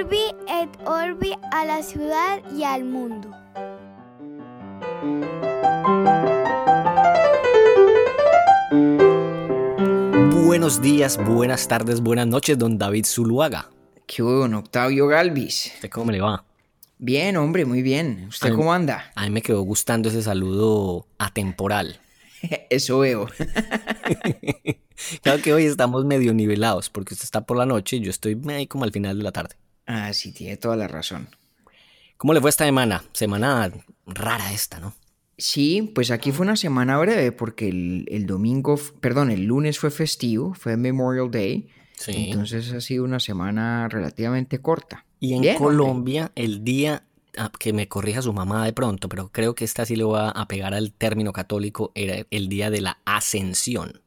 Urbi et Orbi a la ciudad y al mundo. Buenos días, buenas tardes, buenas noches, don David Zuluaga. ¿Qué hubo, don Octavio Galvis? ¿Usted cómo le va? Bien, hombre, muy bien. ¿Usted cómo anda? A mí me quedó gustando ese saludo atemporal. Eso veo. Claro que hoy estamos medio nivelados, porque usted está por la noche y yo estoy ahí como al final de la tarde. Ah, sí, tiene toda la razón. ¿Cómo le fue esta semana? Semana rara esta, ¿no? Sí, pues aquí fue una semana breve porque el lunes fue festivo, fue Memorial Day. Sí. Entonces ha sido una semana relativamente corta. Y en Bien, Colombia, hombre. el día, que me corrija su mamá de pronto, pero creo que esta sí le voy a pegar al término católico, era el día de la Ascensión.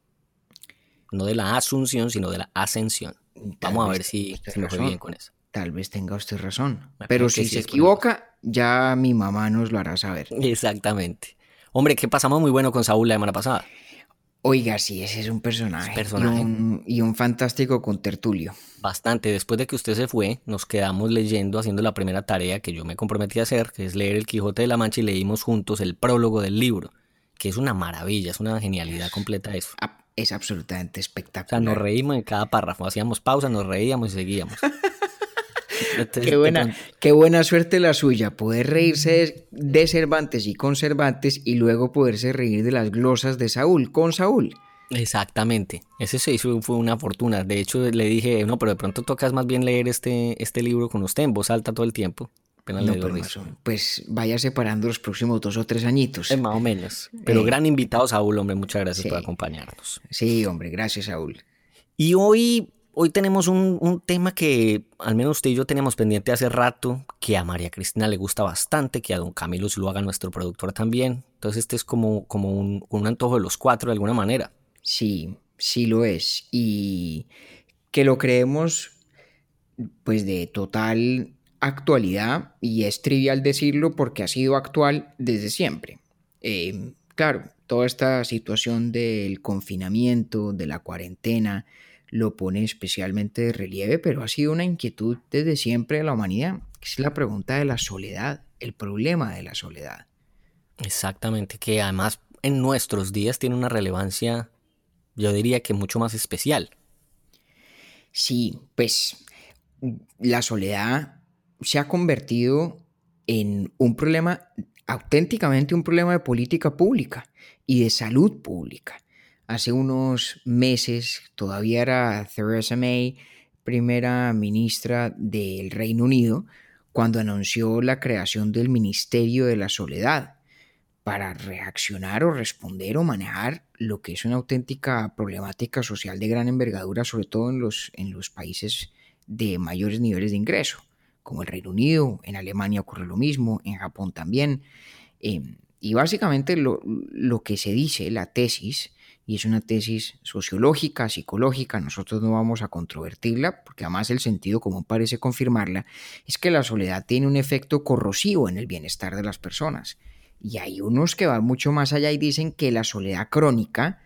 No de la Asunción, sino de la Ascensión. Vamos a ver si me fue bien con eso. Tal vez tenga usted razón. Me Pero parece que si sí se es por eso. equivoca, ya mi mamá nos lo hará saber. Exactamente. Hombre, que pasamos muy bueno con Saúl la semana pasada. Oiga, sí, ese es un personaje. Es personaje. Y un fantástico contertulio. Bastante. Después de que usted se fue, nos quedamos leyendo, haciendo la primera tarea que yo me comprometí a hacer, que es leer El Quijote de la Mancha, y leímos juntos el prólogo del libro, que es una maravilla, es una genialidad completa eso. Es absolutamente O sea, espectacular. nos reímos en cada párrafo, hacíamos pausa, nos reíamos y seguíamos. Entonces, Qué buena suerte la suya, poder reírse de Cervantes y con Cervantes y luego poderse reír de las glosas de Saúl con Saúl. Exactamente, ese se hizo, fue una fortuna. De hecho, le dije, no, pero de pronto tocas más bien leer este libro con usted en voz alta todo el tiempo. Apenas No, le dio pero risa. pues vaya separando los próximos 2 o 3 añitos. Más o menos. Pero gran invitado, Saúl, hombre, muchas gracias por Sí, acompañarnos. sí, hombre, gracias, Saúl. Y hoy tenemos un tema que al menos usted y yo teníamos pendiente hace rato, que a María Cristina le gusta bastante, que a don Camilo Zuluaga, nuestro productor, también. Entonces este es como un antojo de los cuatro de alguna manera. Sí, sí lo es. Y que lo creemos pues de total actualidad, y es trivial decirlo porque ha sido actual desde siempre. Claro, toda esta situación del confinamiento, de la cuarentena, lo pone especialmente de relieve, pero ha sido una inquietud desde siempre de la humanidad, que es la pregunta de la soledad, el problema de la soledad. Exactamente, que además en nuestros días tiene una relevancia, yo diría que mucho más especial. Sí, pues la soledad se ha convertido en un problema, auténticamente un problema de política pública y de salud pública. Hace unos meses todavía era Theresa May, primera ministra del Reino Unido, cuando anunció la creación del Ministerio de la Soledad para reaccionar o responder o manejar lo que es una auténtica problemática social de gran envergadura, sobre todo en los países de mayores niveles de ingreso, como el Reino Unido. En Alemania ocurre lo mismo, en Japón también. Y básicamente lo que se dice, la tesis, y es una tesis sociológica, psicológica, nosotros no vamos a controvertirla, porque además el sentido común parece confirmarla, es que la soledad tiene un efecto corrosivo en el bienestar de las personas. Y hay unos que van mucho más allá y dicen que la soledad crónica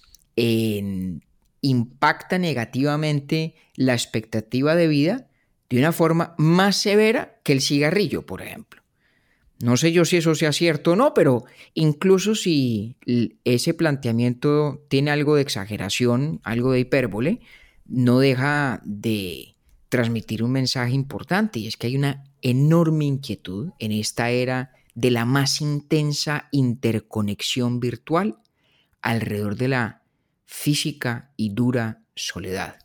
impacta negativamente la expectativa de vida de una forma más severa que el cigarrillo, por ejemplo. No sé yo si eso sea cierto o no, pero incluso si ese planteamiento tiene algo de exageración, algo de hipérbole, no deja de transmitir un mensaje importante, y es que hay una enorme inquietud en esta era de la más intensa interconexión virtual alrededor de la física y dura soledad.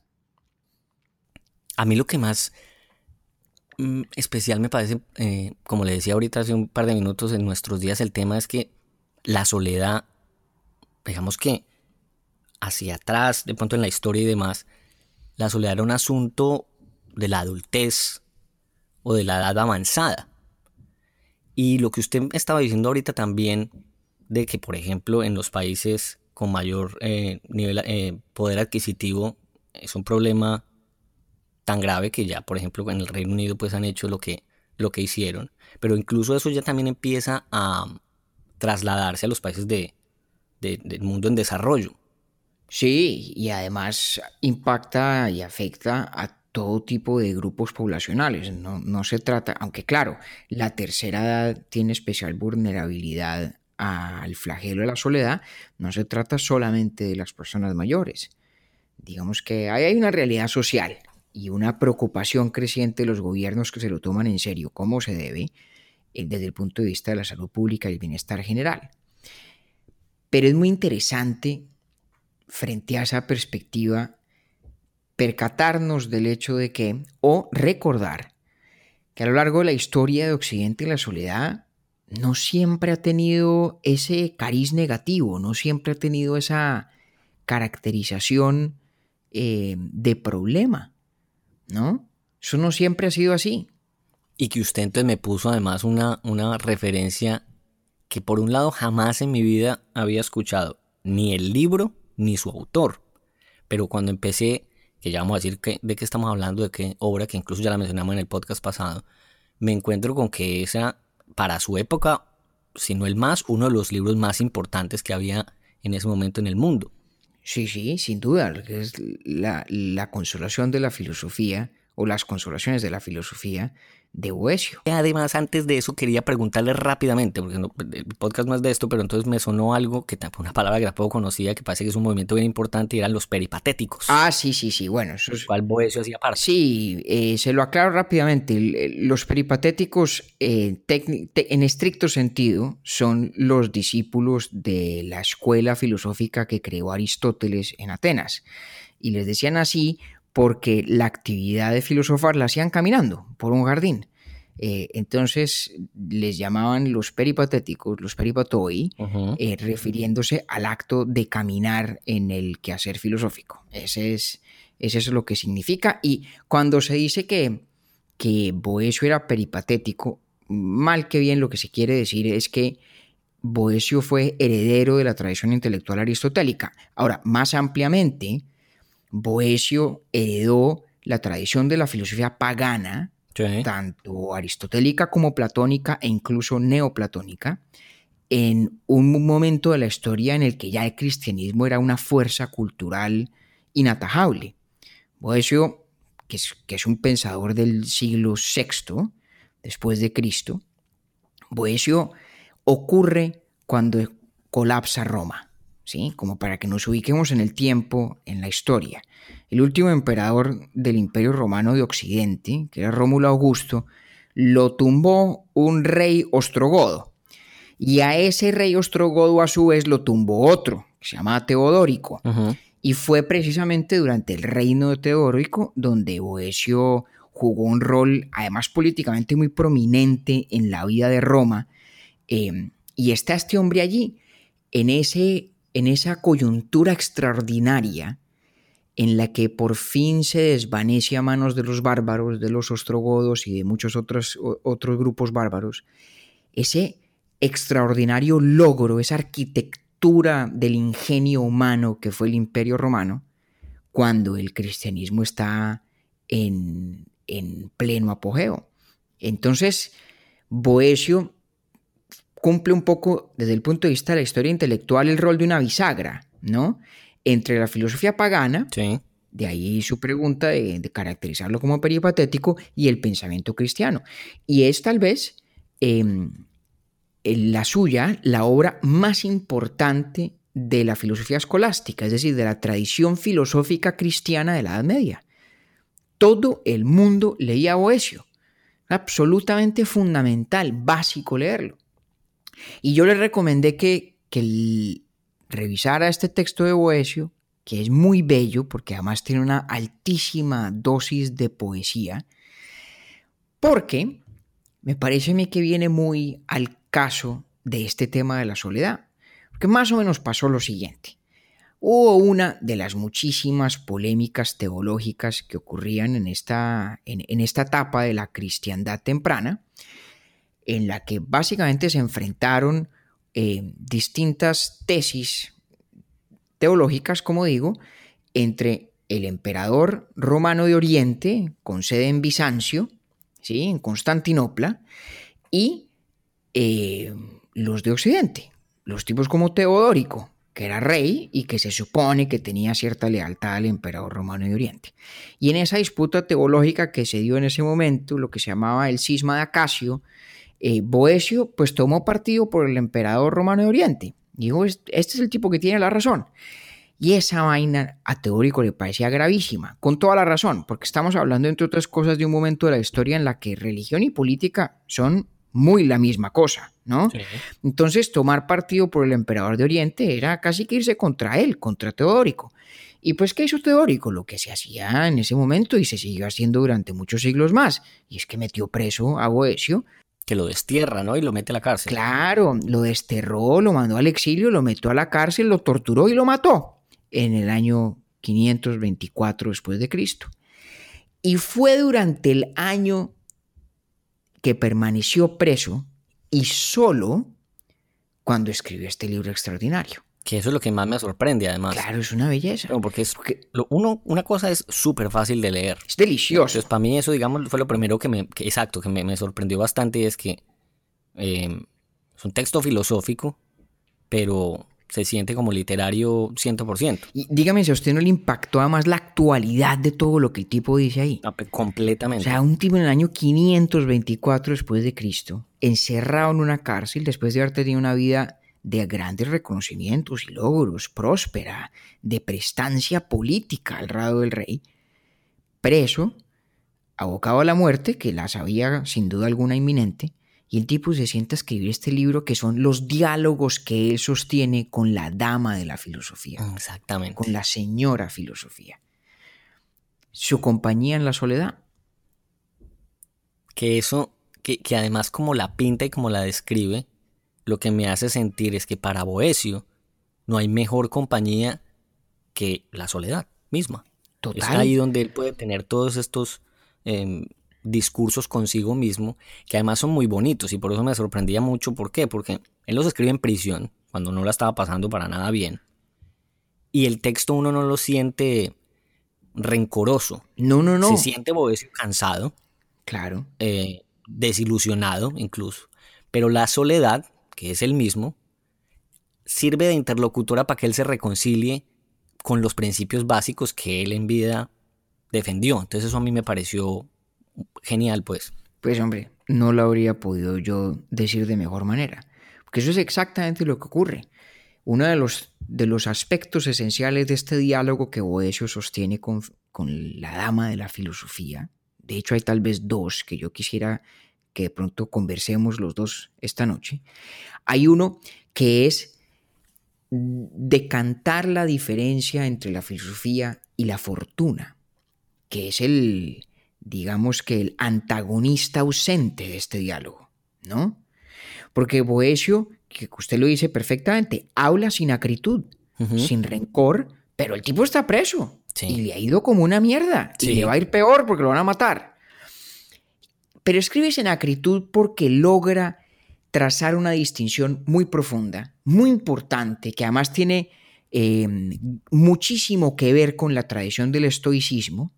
A mí lo que más especial me parece, como le decía ahorita hace un par de minutos, en nuestros días el tema es que la soledad, digamos que hacia atrás, de pronto en la historia y demás, la soledad era un asunto de la adultez o de la edad avanzada. Y lo que usted estaba diciendo ahorita también, de que por ejemplo en los países con mayor poder adquisitivo es un problema tan grave que ya por ejemplo en el Reino Unido pues han hecho lo que hicieron, pero incluso eso ya también empieza a trasladarse a los países del mundo en desarrollo. Sí, y además impacta y afecta a todo tipo de grupos poblacionales. No se trata, aunque claro, la tercera edad tiene especial vulnerabilidad al flagelo de la soledad, no se trata solamente de las personas mayores. Digamos que hay una realidad social y una preocupación creciente de los gobiernos que se lo toman en serio, como se debe, desde el punto de vista de la salud pública y el bienestar general. Pero es muy interesante, frente a esa perspectiva, percatarnos del hecho de que, o recordar, que a lo largo de la historia de Occidente la soledad no siempre ha tenido ese cariz negativo, no siempre ha tenido esa caracterización de problema, ¿no? Eso no siempre ha sido así. Y que usted entonces me puso además una referencia que por un lado jamás en mi vida había escuchado, ni el libro ni su autor. Pero cuando empecé, que ya vamos a decir de qué estamos hablando, de qué obra, que incluso ya la mencionamos en el podcast pasado, me encuentro con que esa, para su época, si no el más, uno de los libros más importantes que había en ese momento en el mundo. Sí, sin duda, que es la consolación de la filosofía, o las consolaciones de la filosofía de Boecio. Además, antes de eso quería preguntarle rápidamente, porque el podcast no es de esto, pero entonces me sonó algo, una palabra que tampoco conocía, que parece que es un movimiento bien importante, y eran los peripatéticos. Sí, bueno. Eso es... ¿Cuál Boecio hacía parte? Sí, se lo aclaro rápidamente. Los peripatéticos, en estricto sentido, son los discípulos de la escuela filosófica que creó Aristóteles en Atenas. Y les decían así porque la actividad de filosofar la hacían caminando por un jardín. Entonces les llamaban los peripatéticos, los peripatoi, refiriéndose al acto de caminar en el quehacer filosófico. Ese es lo que significa. Y cuando se dice que Boecio era peripatético, mal que bien lo que se quiere decir es que Boecio fue heredero de la tradición intelectual aristotélica. Ahora, más ampliamente, Boecio heredó la tradición de la filosofía pagana, sí, tanto aristotélica como platónica e incluso neoplatónica, en un momento de la historia en el que ya el cristianismo era una fuerza cultural inatajable. Boecio, que es un pensador del siglo VI después de Cristo, Boecio ocurre cuando colapsa Roma. ¿Sí? Como para que nos ubiquemos en el tiempo, en la historia. El último emperador del Imperio Romano de Occidente, que era Rómulo Augusto, lo tumbó un rey ostrogodo. Y a ese rey ostrogodo a su vez lo tumbó otro, que se llamaba Teodórico. Y fue precisamente durante el reino de Teodórico donde Boecio jugó un rol, además políticamente muy prominente en la vida de Roma. Y está este hombre allí, en esa coyuntura extraordinaria en la que por fin se desvanece a manos de los bárbaros, de los ostrogodos y de muchos otros grupos bárbaros, ese extraordinario logro, esa arquitectura del ingenio humano que fue el Imperio Romano, cuando el cristianismo está en pleno apogeo. Entonces, Boecio cumple un poco, desde el punto de vista de la historia intelectual, el rol de una bisagra, ¿no? Entre la filosofía pagana, sí, de ahí su pregunta de caracterizarlo como peripatético, y el pensamiento cristiano. Y es tal vez la suya, la obra más importante de la filosofía escolástica, es decir, de la tradición filosófica cristiana de la Edad Media. Todo el mundo leía a Boecio. Absolutamente fundamental, básico leerlo. Y yo le recomendé que revisara este texto de Boecio, que es muy bello porque además tiene una altísima dosis de poesía, porque me parece a mí que viene muy al caso de este tema de la soledad. Porque más o menos pasó lo siguiente. Hubo una de las muchísimas polémicas teológicas que ocurrían en esta etapa de la cristiandad temprana, en la que básicamente se enfrentaron distintas tesis teológicas, como digo, entre el emperador romano de Oriente, con sede en Bizancio, ¿sí?, en Constantinopla, y los de Occidente, los tipos como Teodórico, que era rey y que se supone que tenía cierta lealtad al emperador romano de Oriente. Y en esa disputa teológica que se dio en ese momento, lo que se llamaba el cisma de Acacio, Boecio pues tomó partido por el emperador romano de Oriente. Dijo, este es el tipo que tiene la razón. Y esa vaina a Teodorico le parecía gravísima, con toda la razón, porque estamos hablando, entre otras cosas, de un momento de la historia en la que religión y política son muy la misma cosa, ¿no? Sí. Entonces, tomar partido por el emperador de Oriente era casi que irse contra él, contra Teodorico. Y pues, ¿qué hizo Teodorico? Lo que se hacía en ese momento y se siguió haciendo durante muchos siglos más, y es que metió preso a Boecio. Que lo destierra, ¿no? Y lo mete a la cárcel. Claro, lo desterró, lo mandó al exilio, lo metió a la cárcel, lo torturó y lo mató en el año 524 después de Cristo. Y fue durante el año que permaneció preso y solo cuando escribió este libro extraordinario. Que eso es lo que más me sorprende, además. Claro, es una belleza. Bueno, porque una cosa es súper fácil de leer. Es delicioso. Entonces, para mí eso, digamos, fue lo primero que me sorprendió bastante, es que es un texto filosófico, pero se siente como literario 100%. Y dígame si a usted no le impactó además la actualidad de todo lo que el tipo dice ahí. Completamente. O sea, un tipo en el año 524 después de Cristo, encerrado en una cárcel después de haber tenido una vida de grandes reconocimientos y logros, próspera, de prestancia política al lado del rey, preso, abocado a la muerte, que la sabía sin duda alguna inminente, y el tipo se sienta a escribir este libro que son los diálogos que él sostiene con la dama de la filosofía. Exactamente. Con la señora filosofía. Su compañía en la soledad. Que eso, que además como la pinta y como la describe, lo que me hace sentir es que para Boecio no hay mejor compañía que la soledad misma. Total. Es ahí donde él puede tener todos estos discursos consigo mismo, que además son muy bonitos, y por eso me sorprendía mucho. ¿Por qué? Porque él los escribe en prisión, cuando no la estaba pasando para nada bien, y el texto uno no lo siente rencoroso. No. Se siente Boecio cansado, Claro. desilusionado incluso, pero la soledad, que es el mismo, sirve de interlocutora para que él se reconcilie con los principios básicos que él en vida defendió. Entonces eso a mí me pareció genial, pues. Pues hombre, no lo habría podido yo decir de mejor manera, porque eso es exactamente lo que ocurre. Uno de los aspectos esenciales de este diálogo que Boecio sostiene con la dama de la filosofía, de hecho hay tal vez dos que yo quisiera que de pronto conversemos los dos esta noche. Hay uno que es decantar la diferencia entre la filosofía y la fortuna, que es digamos que el antagonista ausente de este diálogo, ¿no? Porque Boecio, que usted lo dice perfectamente, habla sin acritud, sin rencor, pero el tipo está preso. Sí. Y le ha ido como una mierda. Sí. Y le va a ir peor porque lo van a matar. Pero escribe sin acritud porque logra trazar una distinción muy profunda, muy importante, que además tiene muchísimo que ver con la tradición del estoicismo,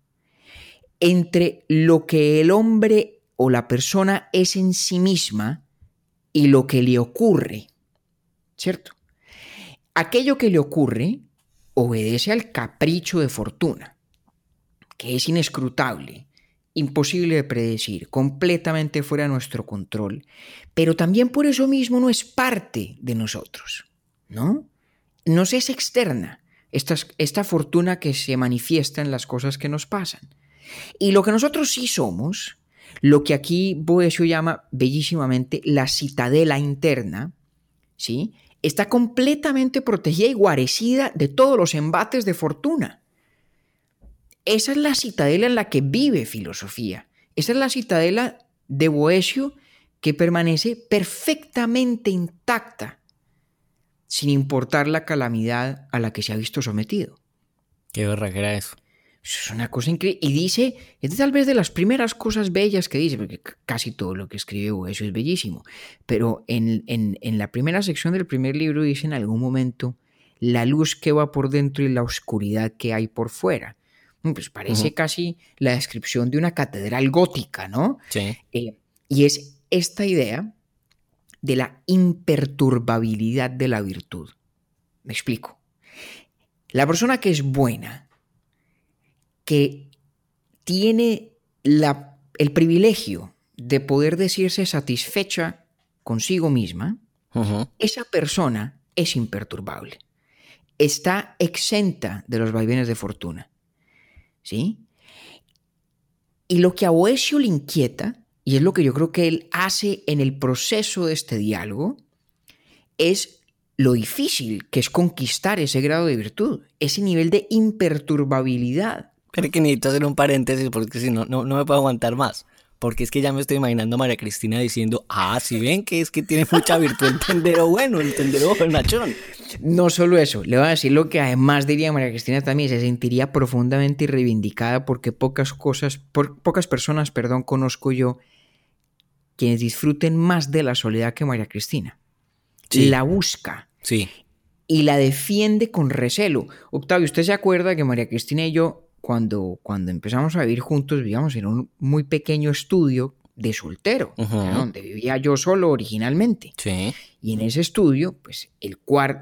entre lo que el hombre o la persona es en sí misma y lo que le ocurre, ¿cierto? Aquello que le ocurre obedece al capricho de fortuna, que es inescrutable, imposible de predecir, completamente fuera de nuestro control, pero también por eso mismo no es parte de nosotros, ¿no? Nos es externa esta fortuna que se manifiesta en las cosas que nos pasan. Y lo que nosotros sí somos, lo que aquí Boecio llama bellísimamente la citadela interna, ¿sí?, está completamente protegida y guarecida de todos los embates de fortuna. Esa es la citadela en la que vive filosofía. Esa es la citadela de Boecio que permanece perfectamente intacta, sin importar la calamidad a la que se ha visto sometido. Qué berraquera eso. Es una cosa increíble. Y dice, es tal vez de las primeras cosas bellas que dice, porque casi todo lo que escribe Boecio es bellísimo. Pero en la primera sección del primer libro dice en algún momento, la luz que va por dentro y la oscuridad que hay por fuera. Pues parece casi la descripción de una catedral gótica, ¿no? Sí. Y es esta idea de la imperturbabilidad de la virtud. Me explico. La persona que es buena, que tiene el privilegio de poder decirse satisfecha consigo misma, esa persona es imperturbable. Está exenta de los vaivenes de fortuna. ¿Sí? Y lo que a Boecio le inquieta, y es lo que yo creo que él hace en el proceso de este diálogo, es lo difícil que es conquistar ese grado de virtud, ese nivel de imperturbabilidad. Pero que necesito hacer un paréntesis porque si no, no me puedo aguantar más. Porque es que ya me estoy imaginando a María Cristina diciendo, si ven que es que tiene mucha virtud el tendero bueno, el tendero bonachón. No solo eso, le voy a decir lo que además diría María Cristina también, se sentiría profundamente reivindicada porque pocas personas, conozco yo quienes disfruten más de la soledad que María Cristina. Sí. La busca. Sí. Y la defiende con recelo. Octavio, ¿usted se acuerda que María Cristina y yo, cuando empezamos a vivir juntos, vivíamos en un muy pequeño estudio de soltero, donde vivía yo solo originalmente? Sí. Y en ese estudio, pues el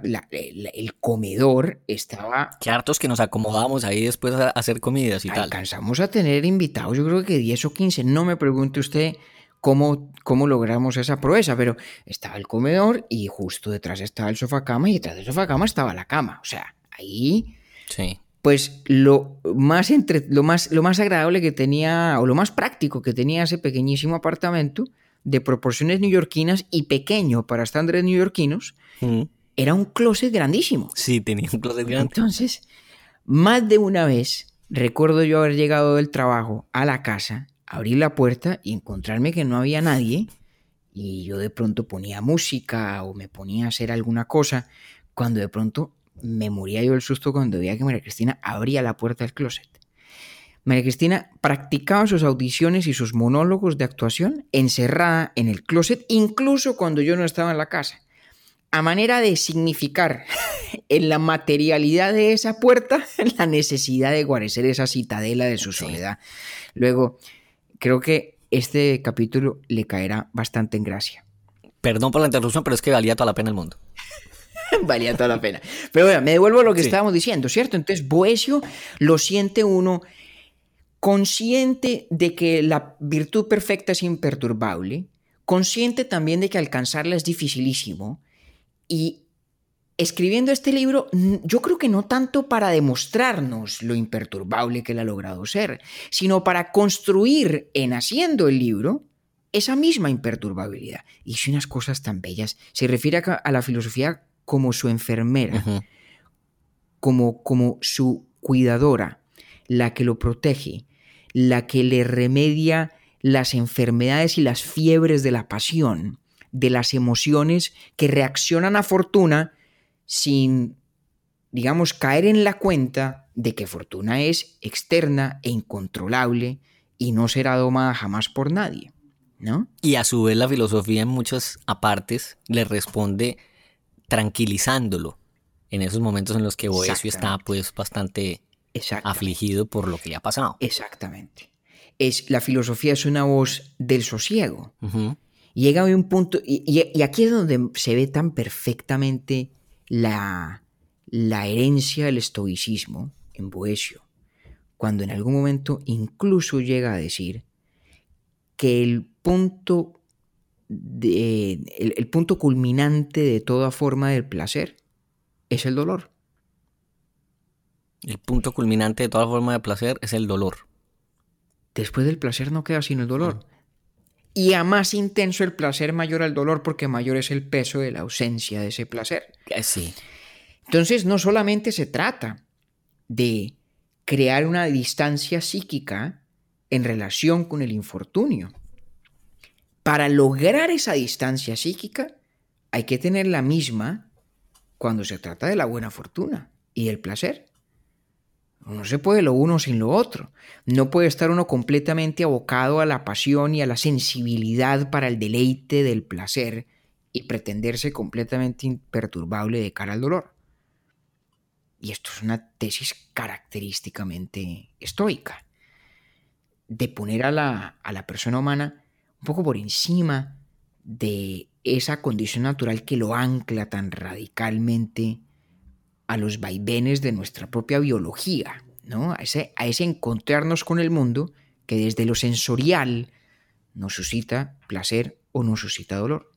comedor estaba... Qué hartos que nos acomodamos ahí después a hacer comidas y tal. Alcanzamos a tener invitados, yo creo que 10 o 15, no me pregunte usted cómo logramos esa proeza, pero estaba el comedor y justo detrás estaba el sofá cama y detrás del sofá cama estaba la cama. O sea, ahí... Sí. Pues lo más agradable que tenía, o lo más práctico que tenía ese pequeñísimo apartamento, de proporciones neoyorquinas y pequeño para estándares neoyorquinos, era un closet grandísimo. Sí, tenía un closet grande. Entonces, más de una vez, recuerdo yo haber llegado del trabajo a la casa, abrir la puerta y encontrarme que no había nadie, y yo de pronto ponía música o me ponía a hacer alguna cosa, cuando de pronto me moría yo el susto cuando veía que María Cristina abría la puerta del closet. María Cristina practicaba sus audiciones y sus monólogos de actuación encerrada en el closet, incluso cuando yo no estaba en la casa, a manera de significar en la materialidad de esa puerta la necesidad de guarecer esa citadela de su soledad. Luego, creo que este capítulo le caerá bastante en gracia. Perdón por la interrupción, pero es que valía toda la pena el mundo. Valía toda la pena. Pero bueno, me devuelvo a lo que estábamos diciendo, ¿cierto? Entonces, Boecio lo siente uno consciente de que la virtud perfecta es imperturbable, consciente también de que alcanzarla es dificilísimo, y escribiendo este libro, yo creo que no tanto para demostrarnos lo imperturbable que él ha logrado ser, sino para construir en haciendo el libro esa misma imperturbabilidad. Y hizo unas cosas tan bellas. Se refiere a la filosofía como su enfermera, como su cuidadora, la que lo protege, la que le remedia las enfermedades y las fiebres de la pasión, de las emociones que reaccionan a Fortuna sin, digamos, caer en la cuenta de que Fortuna es externa e incontrolable y no será domada jamás por nadie, ¿no? Y a su vez la filosofía en muchas apartes le responde tranquilizándolo en esos momentos en los que Boecio está pues bastante afligido por lo que le ha pasado. Exactamente. La filosofía es una voz del sosiego. Llega a un punto, y aquí es donde se ve tan perfectamente la herencia del estoicismo en Boecio, cuando en algún momento incluso llega a decir que el punto culminante de toda forma del placer es el dolor. El punto culminante de toda forma de placer es el dolor. Después del placer no queda sino el dolor. Y a más intenso el placer, mayor el dolor, porque mayor es el peso de la ausencia de ese placer. Sí. Entonces, no solamente se trata de crear una distancia psíquica en relación con el infortunio. Para lograr esa distancia psíquica, hay que tener la misma cuando se trata de la buena fortuna y del placer. No se puede lo uno sin lo otro. No puede estar uno completamente abocado a la pasión y a la sensibilidad para el deleite del placer y pretenderse completamente imperturbable de cara al dolor. Y esto es una tesis característicamente estoica, de poner a la persona humana un poco por encima de esa condición natural que lo ancla tan radicalmente a los vaivenes de nuestra propia biología, ¿no? A ese encontrarnos con el mundo que desde lo sensorial nos suscita placer o nos suscita dolor.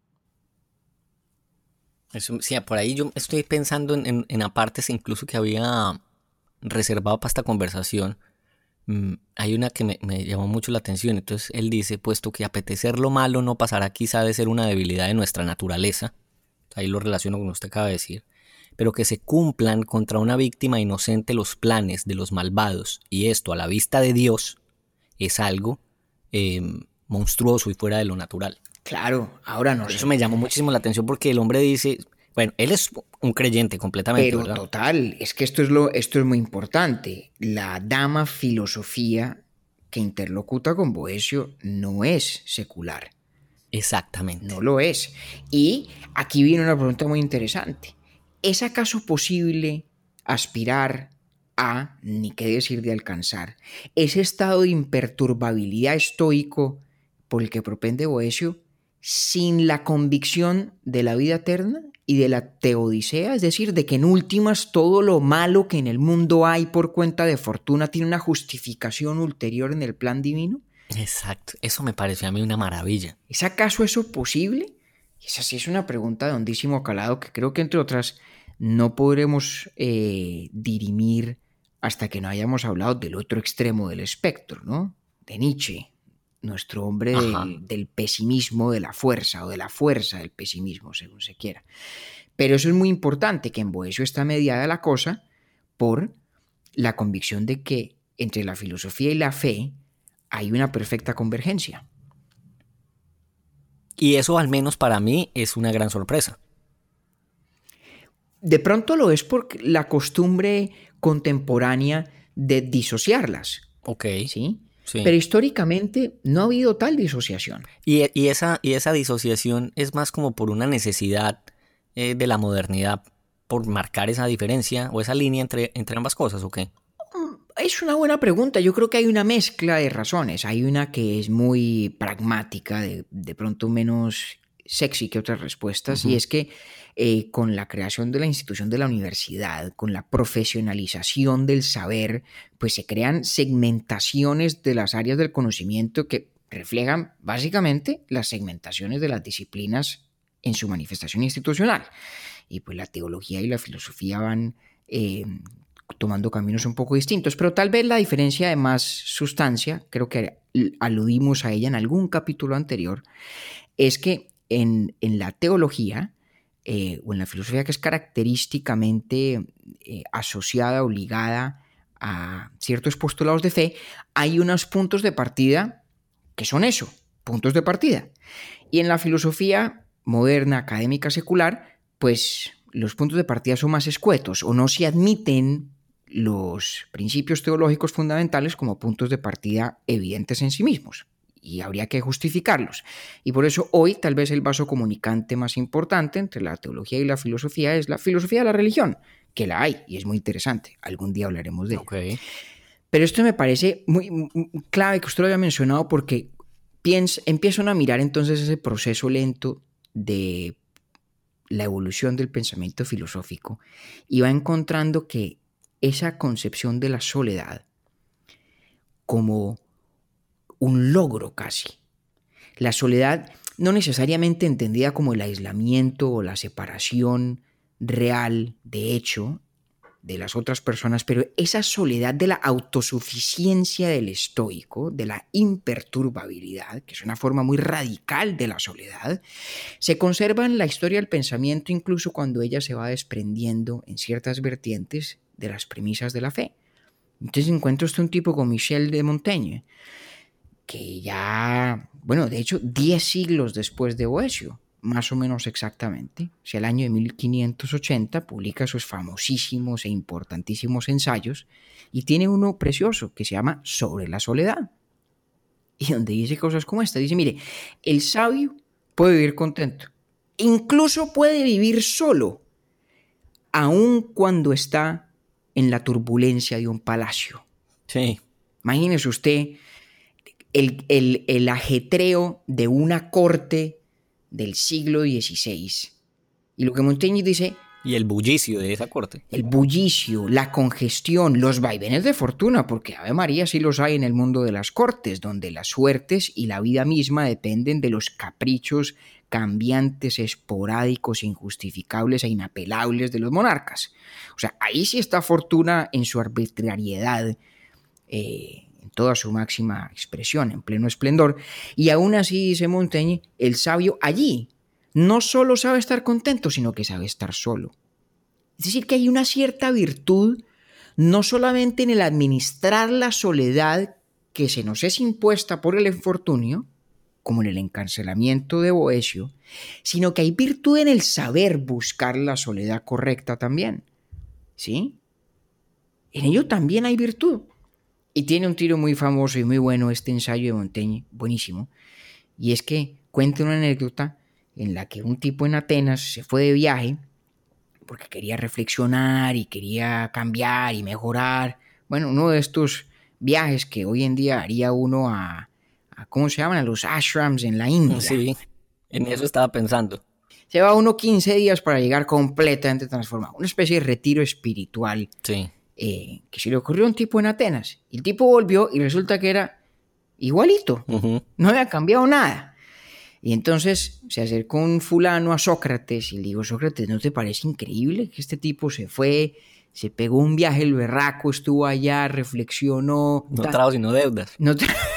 Eso, sí, por ahí yo estoy pensando en apartes incluso que había reservado para esta conversación. Hay una que me llamó mucho la atención. Entonces él dice, puesto que apetecer lo malo no pasará quizá de ser una debilidad de nuestra naturaleza, ahí lo relaciono con lo que usted acaba de decir, pero que se cumplan contra una víctima inocente los planes de los malvados, y esto a la vista de Dios es algo monstruoso y fuera de lo natural. Claro, ahora no Por sé. eso me llamó muchísimo la atención porque el hombre dice, bueno, él es un creyente completamente, Pero ¿verdad? total, es que esto es muy importante. La dama filosofía que interlocuta con Boecio no es secular. Exactamente. No lo es. Y aquí viene una pregunta muy interesante. ¿Es acaso posible aspirar a, ni qué decir de alcanzar, ese estado de imperturbabilidad estoico por el que propende Boecio sin la convicción de la vida eterna y de la teodicea? Es decir, de que en últimas todo lo malo que en el mundo hay por cuenta de fortuna tiene una justificación ulterior en el plan divino. Exacto, eso me pareció a mí una maravilla. ¿Es acaso eso posible? Esa sí es una pregunta de hondísimo calado que creo que, entre otras, no podremos dirimir hasta que no hayamos hablado del otro extremo del espectro, ¿no? De Nietzsche, nuestro hombre del pesimismo de la fuerza, o de la fuerza del pesimismo, según se quiera. Pero eso es muy importante, que en Boecio está mediada la cosa por la convicción de que entre la filosofía y la fe hay una perfecta convergencia. Y eso al menos para mí es una gran sorpresa. De pronto lo es por la costumbre contemporánea de disociarlas. Ok. ¿Sí? Sí. Pero históricamente no ha habido tal disociación. Y esa disociación es más como por una necesidad de la modernidad, por marcar esa diferencia o esa línea entre ambas cosas, ¿o qué? Es una buena pregunta. Yo creo que hay una mezcla de razones. Hay una que es muy pragmática, de pronto menos sexy que otras respuestas, y es que con la creación de la institución de la universidad, con la profesionalización del saber, pues se crean segmentaciones de las áreas del conocimiento que reflejan básicamente las segmentaciones de las disciplinas en su manifestación institucional. Y pues la teología y la filosofía van tomando caminos un poco distintos, pero tal vez la diferencia de más sustancia, creo que aludimos a ella en algún capítulo anterior, es que en la teología o en la filosofía, que es característicamente asociada o ligada a ciertos postulados de fe, hay unos puntos de partida que son eso, puntos de partida. Y en la filosofía moderna, académica, secular, pues los puntos de partida son más escuetos o no se admiten los principios teológicos fundamentales como puntos de partida evidentes en sí mismos. Y habría que justificarlos. Y por eso hoy tal vez el vaso comunicante más importante entre la teología y la filosofía es la filosofía de la religión, que la hay y es muy interesante. Algún día hablaremos de ella. Pero esto me parece muy clave que usted lo haya mencionado, porque empiezan a mirar entonces ese proceso lento de la evolución del pensamiento filosófico y va encontrando que esa concepción de la soledad como un logro casi. La soledad no necesariamente entendida como el aislamiento o la separación real, de hecho, de las otras personas, pero esa soledad de la autosuficiencia del estoico, de la imperturbabilidad, que es una forma muy radical de la soledad, se conserva en la historia del pensamiento incluso cuando ella se va desprendiendo en ciertas vertientes de las premisas de la fe. Entonces encuentra usted un tipo como Michel de Montaigne, que ya, bueno, de hecho, 10 siglos después de Boecio, más o menos exactamente, o sea, el año de 1580, publica sus famosísimos e importantísimos ensayos y tiene uno precioso que se llama Sobre la soledad, y donde dice cosas como esta. Dice, mire, el sabio puede vivir contento, incluso puede vivir solo, aun cuando está en la turbulencia de un palacio. Sí. Imagínese usted el ajetreo de una corte del siglo XVI. Y lo que Montaigne dice, Y el bullicio de esa corte. El bullicio, la congestión, los vaivenes de fortuna, porque Ave María sí los hay en el mundo de las cortes, donde las suertes y la vida misma dependen de los caprichos cambiantes, esporádicos, injustificables e inapelables de los monarcas. O sea, ahí sí está fortuna en su arbitrariedad, en toda su máxima expresión, en pleno esplendor. Y aún así, dice Montaigne, el sabio allí no solo sabe estar contento, sino que sabe estar solo. Es decir, que hay una cierta virtud, no solamente en el administrar la soledad que se nos es impuesta por el infortunio, como en el encarcelamiento de Boecio, sino que hay virtud en el saber buscar la soledad correcta también. ¿Sí? En ello también hay virtud. Y tiene un tiro muy famoso y muy bueno este ensayo de Montaigne, buenísimo, y es que cuenta una anécdota en la que un tipo en Atenas se fue de viaje porque quería reflexionar y quería cambiar y mejorar. Bueno, uno de estos viajes que hoy en día haría uno a ¿cómo se llaman? A los ashrams en la India. Sí, en eso estaba pensando. Se va uno 15 días para llegar completamente transformado. Una especie de retiro espiritual. Sí. Que se le ocurrió a un tipo en Atenas. Y el tipo volvió y resulta que era igualito. No había cambiado nada. Y entonces se acercó un fulano a Sócrates y le dijo: Sócrates, ¿no te parece increíble que este tipo se fue, se pegó un viaje el berraco, estuvo allá, reflexionó? No trajo sino deudas. No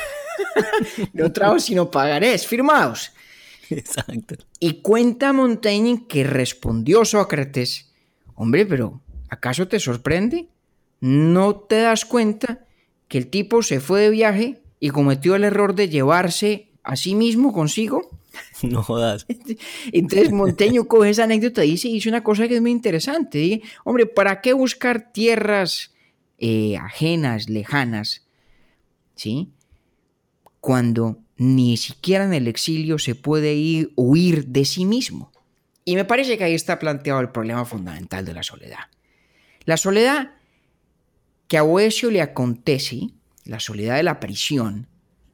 trajo sino pagarés firmados. Exacto. Y cuenta Montaigne que respondió Sócrates: hombre, pero ¿acaso te sorprende? ¿No te das cuenta que el tipo se fue de viaje y cometió el error de llevarse a sí mismo consigo? No jodas. Entonces Montaigne coge esa anécdota y dice una cosa que es muy interesante. Dice: hombre, ¿para qué buscar tierras ajenas, lejanas? ¿Sí? Cuando ni siquiera en el exilio se puede huir de sí mismo. Y me parece que ahí está planteado el problema fundamental de la soledad. La soledad que a Boecio le acontece, la soledad de la prisión,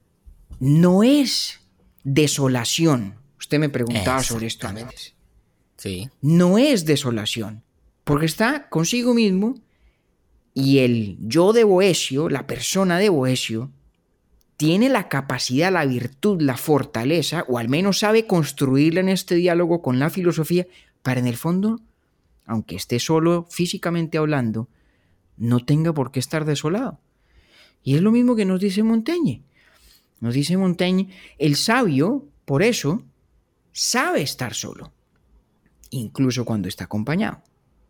no es desolación. Usted me preguntaba sobre esto antes. Sí. No es desolación, porque está consigo mismo y el yo de Boecio, la persona de Boecio, tiene la capacidad, la virtud, la fortaleza, o al menos sabe construirla en este diálogo con la filosofía, para en el fondo, aunque esté solo físicamente hablando, no tenga por qué estar desolado. Y es lo mismo que nos dice Montaigne. Nos dice Montaigne, el sabio, por eso, sabe estar solo, incluso cuando está acompañado.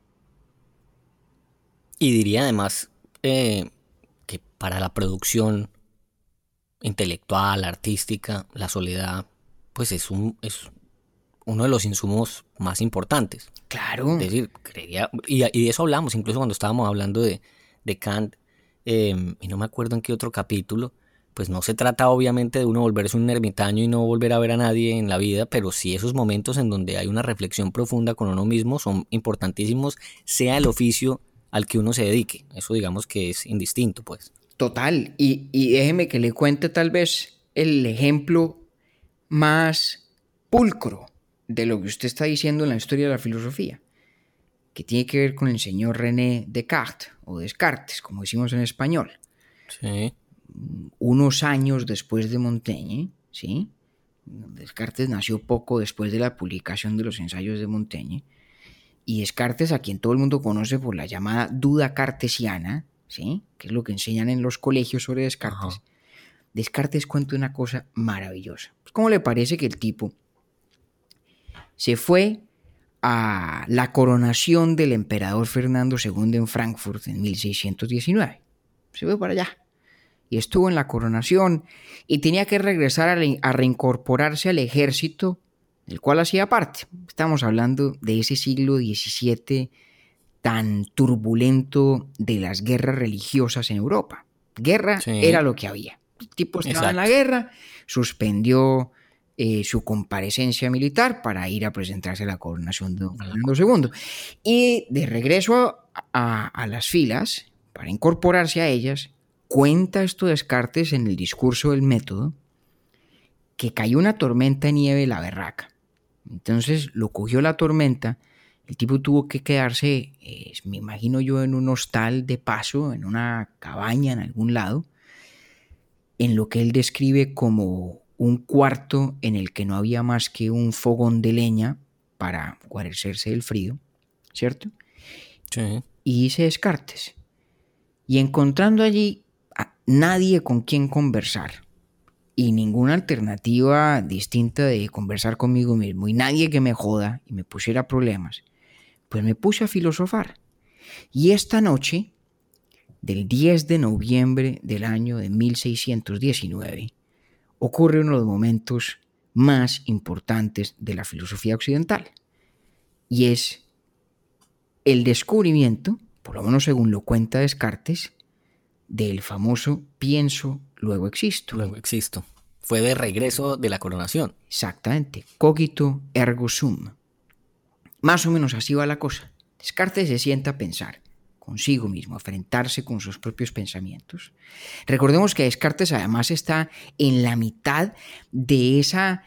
Y diría además que para la producción intelectual, artística, la soledad, pues es uno de los insumos más importantes. Claro. Es decir, y de eso hablamos, incluso cuando estábamos hablando de Kant, y no me acuerdo en qué otro capítulo. Pues no se trata obviamente de uno volverse un ermitaño y no volver a ver a nadie en la vida, pero sí esos momentos en donde hay una reflexión profunda con uno mismo son importantísimos, sea el oficio al que uno se dedique. Eso digamos que es indistinto, pues. Total, y déjeme que le cuente tal vez el ejemplo más pulcro de lo que usted está diciendo en la historia de la filosofía, que tiene que ver con el señor René Descartes, o Descartes, como decimos en español. Sí. Unos años después de Montaigne, ¿sí? Descartes nació poco después de la publicación de los ensayos de Montaigne, y Descartes, a quien todo el mundo conoce por la llamada duda cartesiana, ¿sí? Que es lo que enseñan en los colegios sobre Descartes. Ajá. Descartes cuenta una cosa maravillosa. Pues, ¿cómo le parece que el tipo se fue a la coronación del emperador Fernando II en Frankfurt en 1619? Se fue para allá y estuvo en la coronación y tenía que regresar a reincorporarse al ejército del cual hacía parte. Estamos hablando de ese siglo XVII tan turbulento de las guerras religiosas en Europa. Guerra era lo que había. El tipo estaba en la guerra, suspendió su comparecencia militar para ir a presentarse a la coronación de Fernando II. Y de regreso a las filas, para incorporarse a ellas, cuenta esto Descartes en el discurso del método, que cayó una tormenta de nieve la berraca. Entonces lo cogió la tormenta El tipo tuvo que quedarse, me imagino yo, en un hostal de paso, en una cabaña en algún lado, en lo que él describe como un cuarto en el que no había más que un fogón de leña para guarecerse del frío, ¿cierto? Sí. Y hice Descartes. Y encontrando allí a nadie con quien conversar y ninguna alternativa distinta de conversar conmigo mismo y nadie que me joda y me pusiera problemas, pues me puse a filosofar. Y esta noche, del 10 de noviembre del año de 1619, ocurre uno de los momentos más importantes de la filosofía occidental. Y es el descubrimiento, por lo menos según lo cuenta Descartes, del famoso pienso, luego existo. Luego existo. Fue de regreso de la coronación. Exactamente. Cogito ergo sum. Más o menos así va la cosa. Descartes se sienta a pensar consigo mismo, a enfrentarse con sus propios pensamientos. Recordemos que Descartes además está en la mitad de esa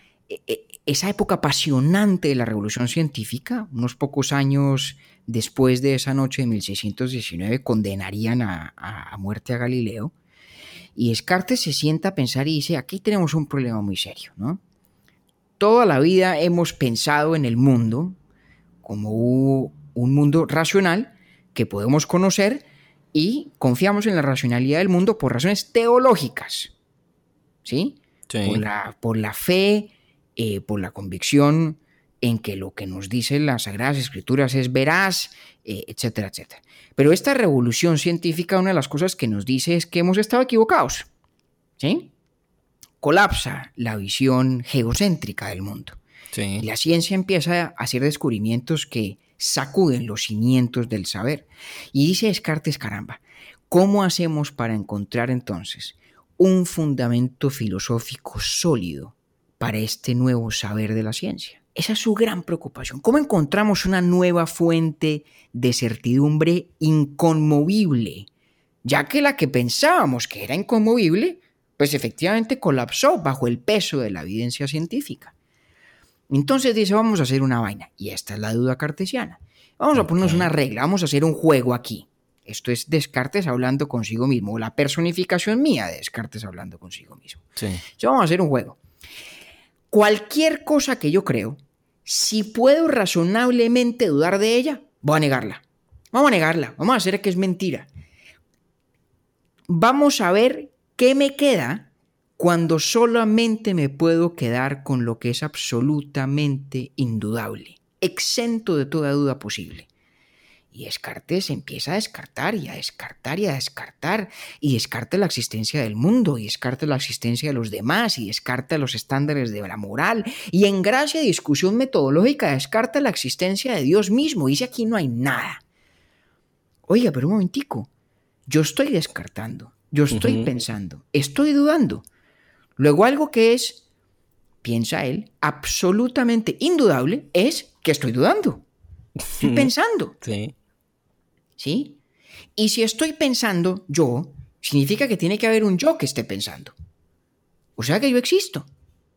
época apasionante de la revolución científica. Unos pocos años después de esa noche de 1619 condenarían a muerte a Galileo. Y Descartes se sienta a pensar y dice, aquí tenemos un problema muy serio, ¿no? Toda la vida hemos pensado en el mundo como un mundo racional que podemos conocer y confiamos en la racionalidad del mundo por razones teológicas, ¿sí? Sí. Por la fe, por la convicción en que lo que nos dicen las Sagradas Escrituras es veraz, etcétera, etcétera. Pero esta revolución científica, una de las cosas que nos dice es que hemos estado equivocados, ¿sí? Colapsa la visión geocéntrica del mundo. Sí. Y la ciencia empieza a hacer descubrimientos que sacuden los cimientos del saber. Y dice Descartes, caramba, ¿cómo hacemos para encontrar entonces un fundamento filosófico sólido para este nuevo saber de la ciencia? Esa es su gran preocupación. ¿Cómo encontramos una nueva fuente de certidumbre inconmovible? Ya que la que pensábamos que era inconmovible, pues efectivamente colapsó bajo el peso de la evidencia científica. Entonces dice, vamos a hacer una vaina. Y esta es la duda cartesiana. Vamos a ponernos una regla, vamos a hacer un juego aquí. Esto es Descartes hablando consigo mismo, la personificación mía de Descartes hablando consigo mismo. Sí. Entonces vamos a hacer un juego. Cualquier cosa que yo creo, si puedo razonablemente dudar de ella, voy a negarla. Vamos a negarla, vamos a hacer que es mentira. Vamos a ver qué me queda cuando solamente me puedo quedar con lo que es absolutamente indudable, exento de toda duda posible. Y Descartes empieza a descartar y a descartar y a descartar, y descarta la existencia del mundo, y descarta la existencia de los demás, y descarta los estándares de la moral, y en gracia de discusión metodológica descarta la existencia de Dios mismo, dice aquí no hay nada. Oiga, pero un momentico, yo estoy descartando, yo estoy pensando, estoy dudando. Luego algo que es, piensa él, absolutamente indudable es que estoy dudando. Estoy pensando. Sí. ¿Sí? Y si estoy pensando yo, significa que tiene que haber un yo que esté pensando. O sea que yo existo.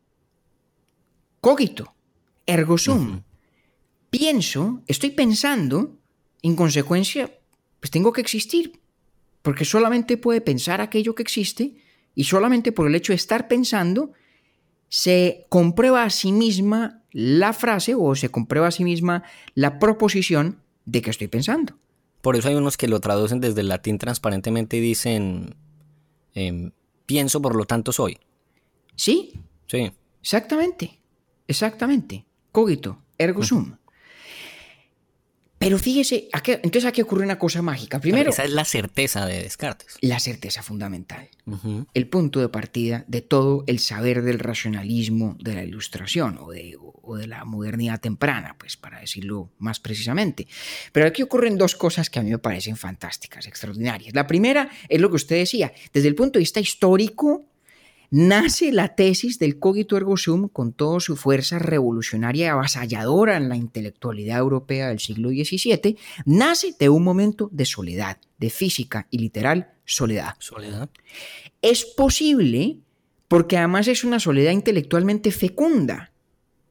Cogito, ergo sum. Pienso, estoy pensando, en consecuencia, pues tengo que existir. Porque solamente puede pensar aquello que existe y solamente por el hecho de estar pensando se comprueba a sí misma la frase o se comprueba a sí misma la proposición de que estoy pensando. Por eso hay unos que lo traducen desde el latín transparentemente y dicen pienso, por lo tanto soy. ¿Sí? Sí. Exactamente. Cogito, ergo sum. Pero fíjese, entonces aquí ocurre una cosa mágica. Primero, pero esa es la certeza de Descartes. La certeza fundamental. El punto de partida de todo el saber del racionalismo de la Ilustración o de la modernidad temprana, pues para decirlo más precisamente. Pero aquí ocurren dos cosas que a mí me parecen fantásticas, extraordinarias. La primera es lo que usted decía. Desde el punto de vista histórico, nace la tesis del cogito ergo sum con toda su fuerza revolucionaria y avasalladora en la intelectualidad europea del siglo XVII, nace de un momento de soledad, de física y literal soledad. Soledad. Es posible porque además es una soledad intelectualmente fecunda.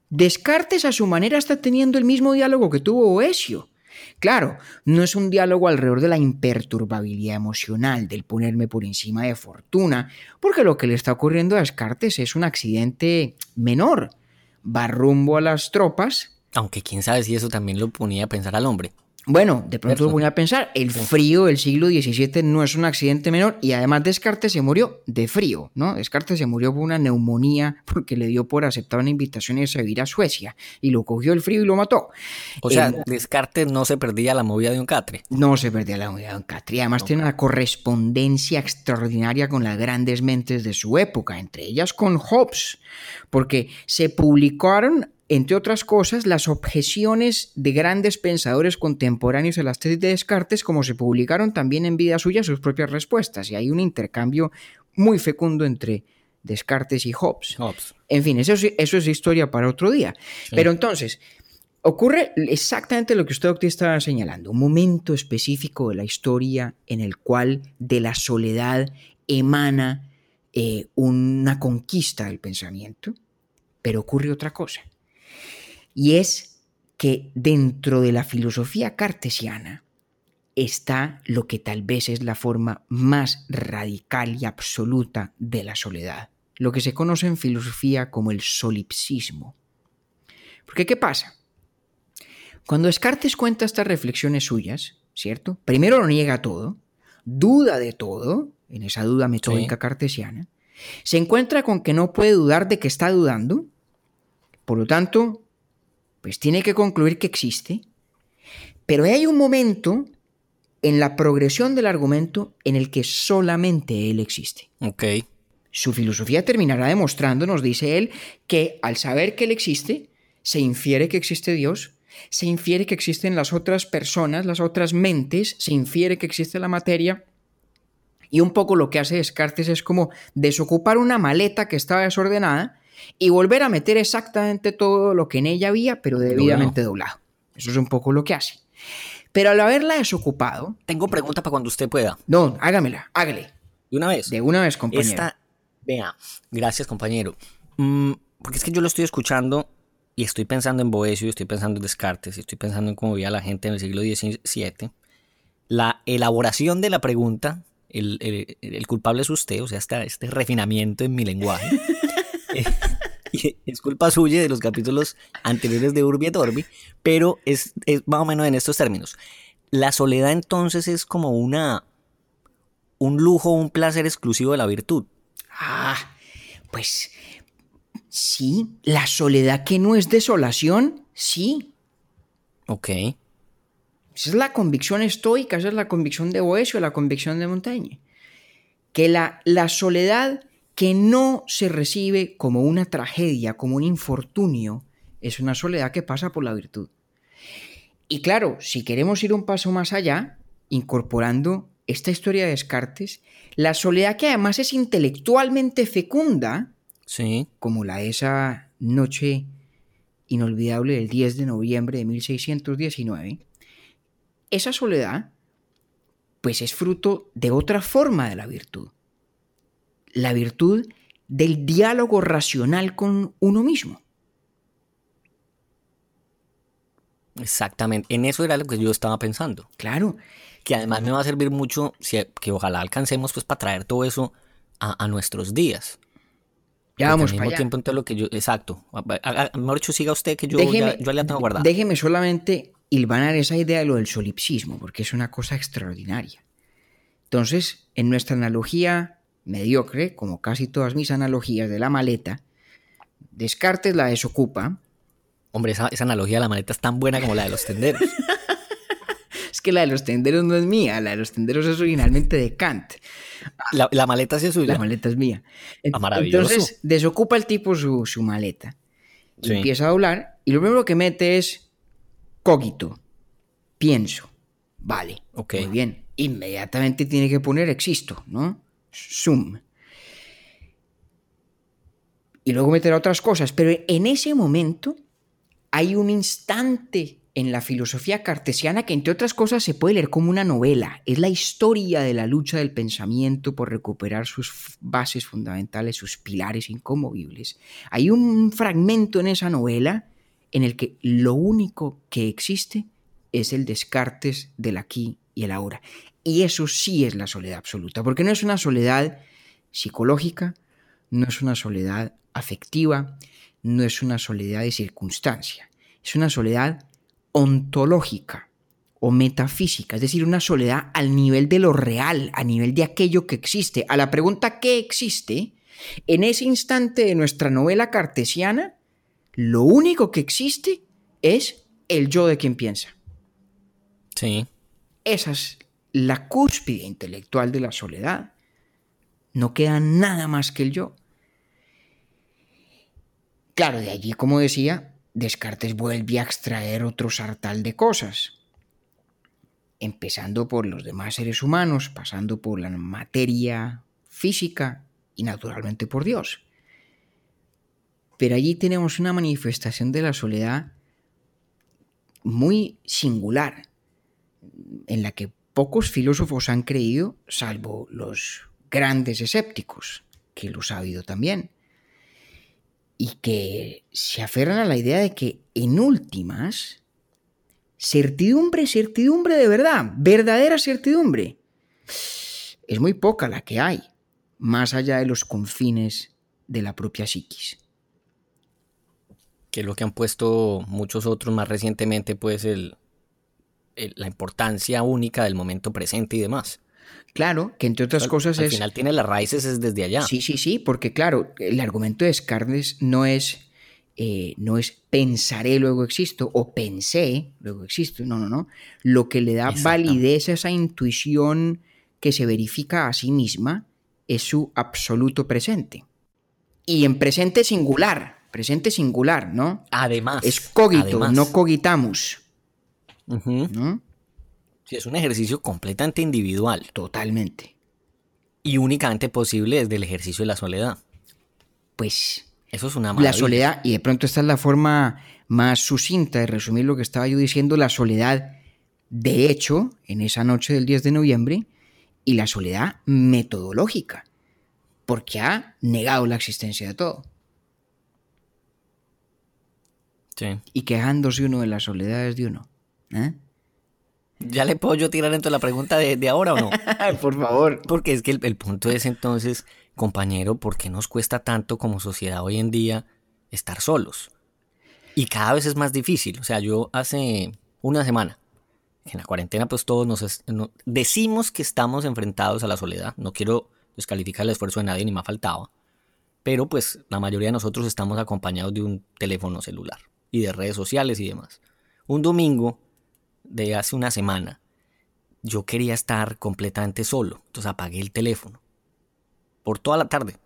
Descartes a su manera está teniendo el mismo diálogo que tuvo Boecio. Claro, no es un diálogo alrededor de la imperturbabilidad emocional, del ponerme por encima de fortuna, porque lo que le está ocurriendo a Descartes es un accidente menor. Va rumbo a las tropas. Aunque quién sabe si eso también lo ponía a pensar al hombre. Bueno, de pronto ¿Cierto? voy a pensar, el frío del siglo XVII no es un accidente menor y además Descartes se murió de frío, ¿no? Descartes se murió por una neumonía porque le dio por aceptar una invitación y irse a vivir a Suecia y lo cogió el frío y lo mató. O sea, Descartes no se perdía la movida de un catre. No se perdía la unidad de Catri. Además, tiene una correspondencia extraordinaria con las grandes mentes de su época, entre ellas con Hobbes, porque se publicaron, entre otras cosas, las objeciones de grandes pensadores contemporáneos a las tesis de Descartes, como se publicaron también en vida suya sus propias respuestas. Y hay un intercambio muy fecundo entre Descartes y Hobbes. En fin, eso es historia para otro día. Sí. Pero entonces, ocurre exactamente lo que usted estaba señalando, un momento específico de la historia en el cual de la soledad emana una conquista del pensamiento, pero ocurre otra cosa, y es que dentro de la filosofía cartesiana está lo que tal vez es la forma más radical y absoluta de la soledad, lo que se conoce en filosofía como el solipsismo. Porque ¿qué pasa? Cuando Descartes cuenta estas reflexiones suyas, ¿cierto? Primero lo niega todo, duda de todo, en esa duda metódica cartesiana, se encuentra con que no puede dudar de que está dudando, por lo tanto, pues tiene que concluir que existe, pero hay un momento en la progresión del argumento en el que solamente él existe. Okay. Su filosofía terminará demostrando, nos dice él, que al saber que él existe, se infiere que existe Dios, se infiere que existen las otras personas, las otras mentes, se infiere que existe la materia, y un poco lo que hace Descartes es como desocupar una maleta que estaba desordenada y volver a meter exactamente todo lo que en ella había, pero debidamente doblado. Eso es un poco lo que hace. Pero al haberla desocupado... Tengo pregunta para cuando usted pueda. No, hágamela, hágale. ¿De una vez? De una vez, compañero. Vea, gracias, compañero. Porque es que yo lo estoy escuchando y estoy pensando en Boecio, estoy pensando en Descartes, y estoy pensando en cómo vivía la gente en el siglo XVII. La elaboración de la pregunta, el culpable es usted, o sea, este refinamiento en mi lenguaje. Es culpa suya de los capítulos anteriores de Urbi et Orbi, pero es más o menos en estos términos. La soledad entonces es como un lujo, un placer exclusivo de la virtud. Pues sí, la soledad que no es desolación, sí. Ok. Esa es la convicción estoica, esa es la convicción de Boecio, la convicción de Montaigne. Que la soledad que no se recibe como una tragedia, como un infortunio, es una soledad que pasa por la virtud. Y claro, si queremos ir un paso más allá, incorporando esta historia de Descartes, la soledad que además es intelectualmente fecunda, sí, como la de esa noche inolvidable del 10 de noviembre de 1619, esa soledad pues es fruto de otra forma de la virtud. La virtud del diálogo racional con uno mismo. Exactamente, en eso era lo que yo estaba pensando. Claro. Que además me va a servir mucho, que ojalá alcancemos pues para traer todo eso a nuestros días. Ya vamos para allá. Al mismo tiempo, entonces lo que yo, exacto. Mejor dicho, siga usted que yo ya la tengo guardada. Déjeme solamente hilvanar esa idea de lo del solipsismo, porque es una cosa extraordinaria. Entonces, en nuestra analogía mediocre, como casi todas mis analogías de la maleta, Descartes la desocupa. Hombre, esa analogía de la maleta es tan buena como la de los tenderos. Es que la de los tenderos no es mía, la de los tenderos es originalmente de Kant. La maleta sí es suya. La maleta es mía. Maravilloso. Entonces, desocupa el tipo su maleta. Sí. Empieza a doblar y lo primero que mete es cogito, pienso. Vale, okay. Muy bien. Inmediatamente tiene que poner existo, ¿no? Sum. Y luego meter otras cosas. Pero en ese momento hay un instante en la filosofía cartesiana, que entre otras cosas se puede leer como una novela. Es la historia de la lucha del pensamiento por recuperar sus bases fundamentales, sus pilares inconmovibles. Hay un fragmento en esa novela en el que lo único que existe es el Descartes del aquí y el ahora. Y eso sí es la soledad absoluta, porque no es una soledad psicológica, no es una soledad afectiva, no es una soledad de circunstancia, es una soledad ontológica o metafísica, es decir, una soledad al nivel de lo real, a nivel de aquello que existe. A la pregunta ¿qué existe? En ese instante de nuestra novela cartesiana, lo único que existe es el yo de quien piensa. Sí. Esa es la cúspide intelectual de la soledad. No queda nada más que el yo. Claro, de allí, como decía, Descartes vuelve a extraer otro sartal de cosas, empezando por los demás seres humanos, pasando por la materia física y naturalmente por Dios. Pero allí tenemos una manifestación de la soledad muy singular, en la que pocos filósofos han creído, salvo los grandes escépticos, que los ha habido también, y que se aferran a la idea de que en últimas, certidumbre de verdad, verdadera certidumbre, es muy poca la que hay, más allá de los confines de la propia psiquis. Que es lo que han puesto muchos otros más recientemente, pues la importancia única del momento presente y demás. Claro, que entre otras cosas al final tiene las raíces es desde allá. Sí, porque claro, el argumento de Descartes no es pensaré, luego existo, o pensé, luego existo, no. Lo que le da validez a esa intuición que se verifica a sí misma es su absoluto presente. Y en presente singular, ¿no? Además. Es cogito, no cogitamus. Uh-huh. ¿No? Sí, es un ejercicio completamente individual. Totalmente. Y únicamente posible desde el ejercicio de la soledad. Pues eso es una maravilla. La soledad, y de pronto esta es la forma más sucinta de resumir lo que estaba yo diciendo, la soledad de hecho en esa noche del 10 de noviembre y la soledad metodológica, porque ha negado la existencia de todo. Sí. Y quejándose uno de las soledades de uno. ¿Ya le puedo yo tirar dentro de la pregunta de ahora o no? Por favor. Porque es que el punto es entonces, compañero, ¿por qué nos cuesta tanto como sociedad hoy en día estar solos? Y cada vez es más difícil. O sea, yo hace una semana, en la cuarentena, pues todos decimos que estamos enfrentados a la soledad. No quiero descalificar el esfuerzo de nadie, ni me ha faltado. Pero pues la mayoría de nosotros estamos acompañados de un teléfono celular y de redes sociales y demás. Un domingo de hace una semana, yo quería estar completamente solo, entonces apagué el teléfono por toda la tarde.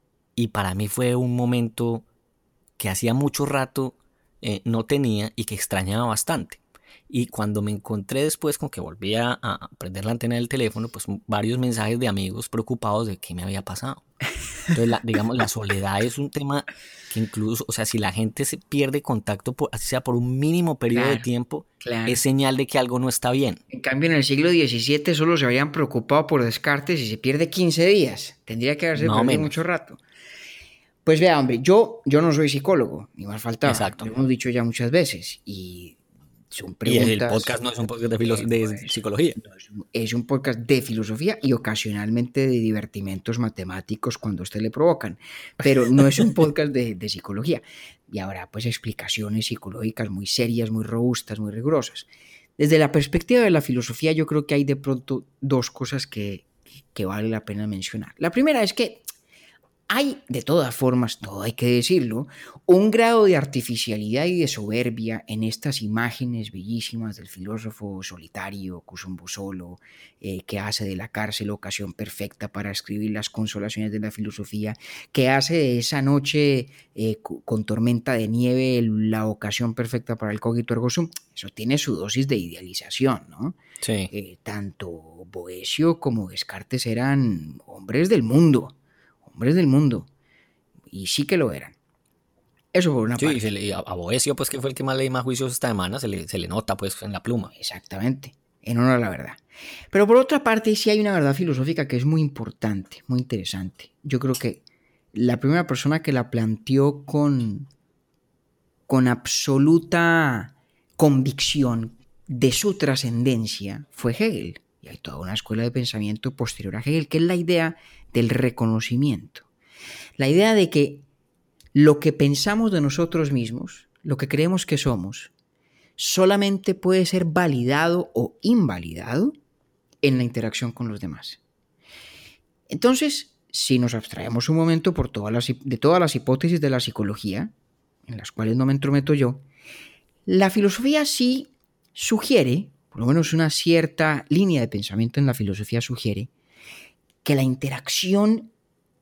Y para mí fue un momento que hacía mucho rato no tenía y que extrañaba bastante. Y cuando me encontré después con que volvía a prender la antena del teléfono, pues varios mensajes de amigos preocupados de qué me había pasado. Entonces, digamos, la soledad es un tema que incluso, o sea, si la gente se pierde contacto, así sea por un mínimo periodo de tiempo, es señal de que algo no está bien. En cambio, en el siglo XVII solo se habían preocupado por Descartes y se pierde 15 días. Tendría que haberse perdido mucho rato. Pues vea, hombre, yo no soy psicólogo, ni más faltaba. Exacto. Lo hemos dicho ya muchas veces. Y son preguntas. Y el podcast no es un podcast de psicología. Es un podcast de filosofía y ocasionalmente de divertimentos matemáticos cuando a usted le provocan. Pero no es un podcast de psicología. Y habrá pues explicaciones psicológicas muy serias, muy robustas, muy rigurosas. Desde la perspectiva de la filosofía, yo creo que hay de pronto dos cosas que vale la pena mencionar. La primera es que hay, de todas formas, todo hay que decirlo, un grado de artificialidad y de soberbia en estas imágenes bellísimas del filósofo solitario, Cusumbo solo, que hace de la cárcel ocasión perfecta para escribir las consolaciones de la filosofía, que hace de esa noche con tormenta de nieve la ocasión perfecta para el cogito ergo sum. Eso tiene su dosis de idealización, ¿no? Sí. Tanto Boecio como Descartes eran hombres del mundo, y sí que lo eran. Eso por una Sí, parte. a Boecio, pues que fue el que más leí más juicios esta semana, se le nota pues en la pluma. Exactamente, en honor a la verdad. Pero por otra parte, sí hay una verdad filosófica que es muy importante, muy interesante. Yo creo que la primera persona que la planteó con absoluta convicción de su trascendencia fue Hegel. Y hay toda una escuela de pensamiento posterior a Hegel, que es la idea del reconocimiento. La idea de que lo que pensamos de nosotros mismos, lo que creemos que somos, solamente puede ser validado o invalidado en la interacción con los demás. Entonces, si nos abstraemos un momento de todas las hipótesis de la psicología, en las cuales no me entrometo yo, la filosofía sí sugiere, por lo menos una cierta línea de pensamiento en la filosofía sugiere, que la interacción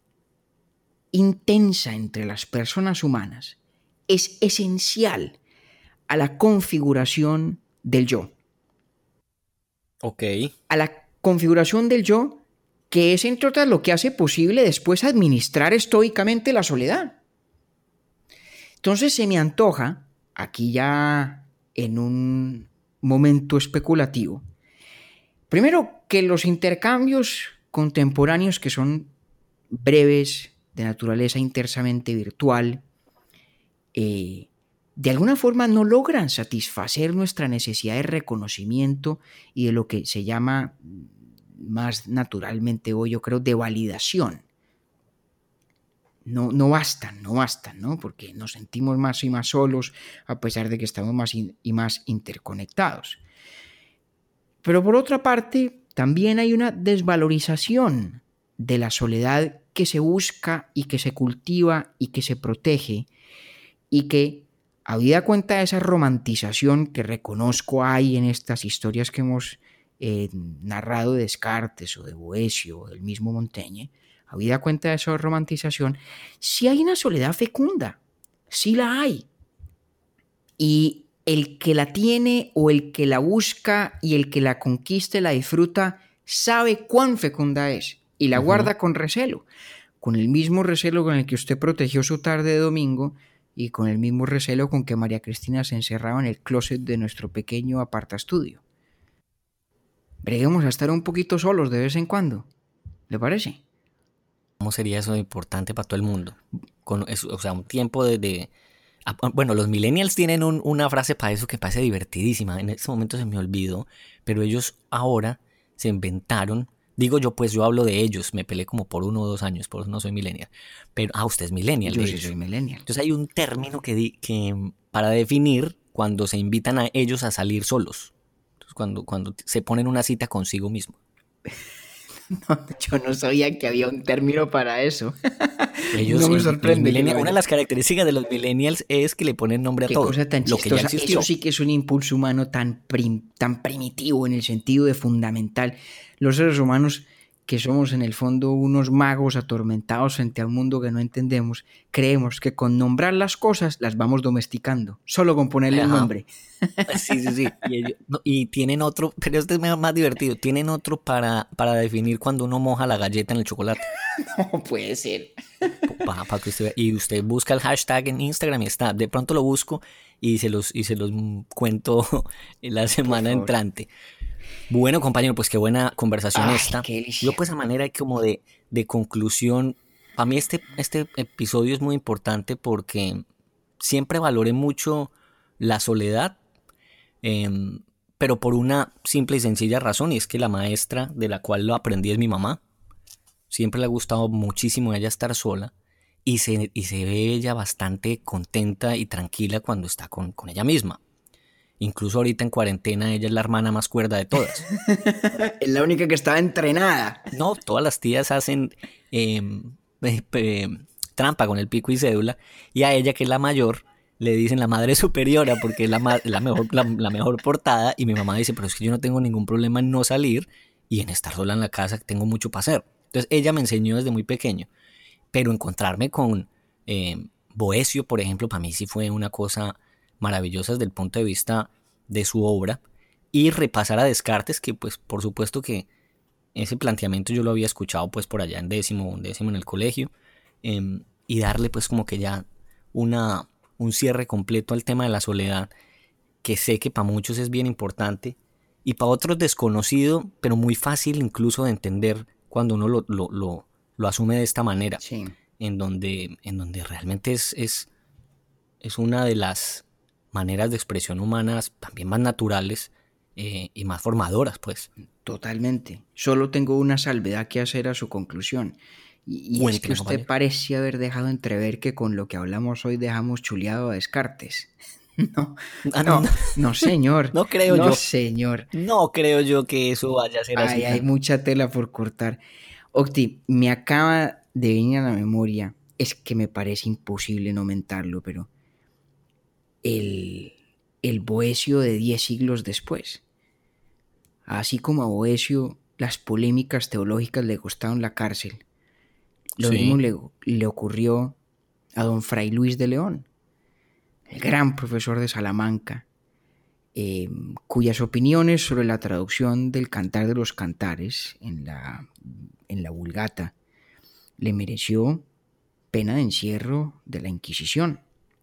intensa entre las personas humanas es esencial a la configuración del yo. Ok. A la configuración del yo, que es entre otras lo que hace posible después administrar estoicamente la soledad. Entonces se me antoja, aquí ya en un momento especulativo, primero que los intercambios contemporáneos, que son breves, de naturaleza intensamente virtual, de alguna forma no logran satisfacer nuestra necesidad de reconocimiento y de lo que se llama más naturalmente hoy, yo creo, de validación. No bastan, ¿no? Porque nos sentimos más y más solos a pesar de que estamos más y más interconectados. Pero por otra parte, también hay una desvalorización de la soledad que se busca y que se cultiva y que se protege y que, habida cuenta de esa romantización que reconozco hay en estas historias que hemos narrado de Descartes o de Boecio o del mismo Montaigne, habida cuenta de esa romantización, sí hay una soledad fecunda, sí la hay. Y el que la tiene o el que la busca y el que la conquista y la disfruta sabe cuán fecunda es y la guarda con recelo, con el mismo recelo con el que usted protegió su tarde de domingo y con el mismo recelo con que María Cristina se encerraba en el closet de nuestro pequeño apartaestudio. Breguemos a estar un poquito solos de vez en cuando, ¿le parece? ¿Cómo sería eso importante para todo el mundo? O sea, un tiempo bueno, los millennials tienen una frase para eso que parece divertidísima. En este momento se me olvidó, pero ellos ahora se inventaron. Digo yo, pues yo hablo de ellos. Me peleé como por 1 o 2 años, por eso no soy millennial. Pero, usted es millennial. Yo sí soy millennial. Entonces hay un término que para definir cuando se invitan a ellos a salir solos. Entonces, cuando se ponen una cita consigo mismo. No, yo no sabía que había un término para eso. Ellos, no me sorprende. Una de las características de los millennials es que le ponen nombre a Qué todo. cosa tan lo que ya chistosa. existió. Eso sí que es un impulso humano tan primitivo en el sentido de fundamental. Los seres humanos, que somos en el fondo unos magos atormentados frente al mundo que no entendemos, creemos que con nombrar las cosas las vamos domesticando, solo con ponerle el nombre. Sí. Y tienen otro, pero este es más divertido, tienen otro para definir cuando uno moja la galleta en el chocolate. No puede ser. Para que usted, y usted busca el hashtag en Instagram y está. De pronto lo busco y se los cuento la semana entrante. Bueno, compañero, pues qué buena conversación esta. Yo pues a manera como de conclusión, para mí este episodio es muy importante porque siempre valoré mucho la soledad, pero por una simple y sencilla razón, y es que la maestra de la cual lo aprendí es mi mamá. Siempre le ha gustado muchísimo a ella estar sola y se ve ella bastante contenta y tranquila cuando está con ella misma. Incluso ahorita en cuarentena ella es la hermana más cuerda de todas. Es la única que estaba entrenada. No, todas las tías hacen trampa con el pico y cédula y a ella, que es la mayor, le dicen la madre superiora porque es la mejor portada, y mi mamá dice, pero es que yo no tengo ningún problema en no salir y en estar sola en la casa, tengo mucho para hacer. Entonces ella me enseñó desde muy pequeño, pero encontrarme con Boecio, por ejemplo, para mí sí fue una cosa maravillosa desde el punto de vista de su obra, y repasar a Descartes, que pues por supuesto que ese planteamiento yo lo había escuchado pues por allá en décimo en el colegio, y darle pues como que ya una un cierre completo al tema de la soledad, que sé que para muchos es bien importante y para otros desconocido, pero muy fácil incluso de entender cuando uno lo asume de esta manera, Sí. en donde realmente es una de las maneras de expresión humanas también más naturales y más formadoras, pues. Totalmente. Solo tengo una salvedad que hacer a su conclusión. Y es que Cuénteme, usted compañero. parece haber dejado entrever que con lo que hablamos hoy dejamos chuleado a Descartes. No, Ah, no, no, no, señor. no creo No, yo. señor. No creo yo que eso vaya a ser Ay, así hay tan... mucha tela por cortar. Octi, me acaba de venir a la memoria, es que me parece imposible no mentarlo, pero el, el Boecio de 10 siglos después. Así como a Boecio las polémicas teológicas le costaron la cárcel, lo mismo Sí, le ocurrió a don Fray Luis de León, el gran profesor de Salamanca, cuyas opiniones sobre la traducción del Cantar de los Cantares en la Vulgata le mereció pena de encierro de la Inquisición.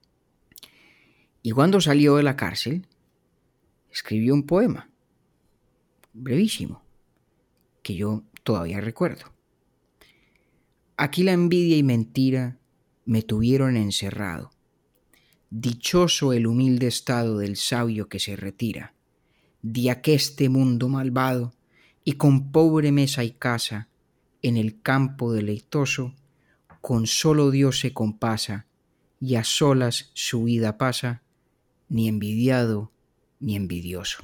Y cuando salió de la cárcel, escribió un poema, brevísimo, que yo todavía recuerdo. Aquí la envidia y mentira me tuvieron encerrado. Dichoso el humilde estado del sabio que se retira de aqueste mundo malvado y con pobre mesa y casa en el campo deleitoso con solo Dios se compasa y a solas su vida pasa, ni envidiado ni envidioso.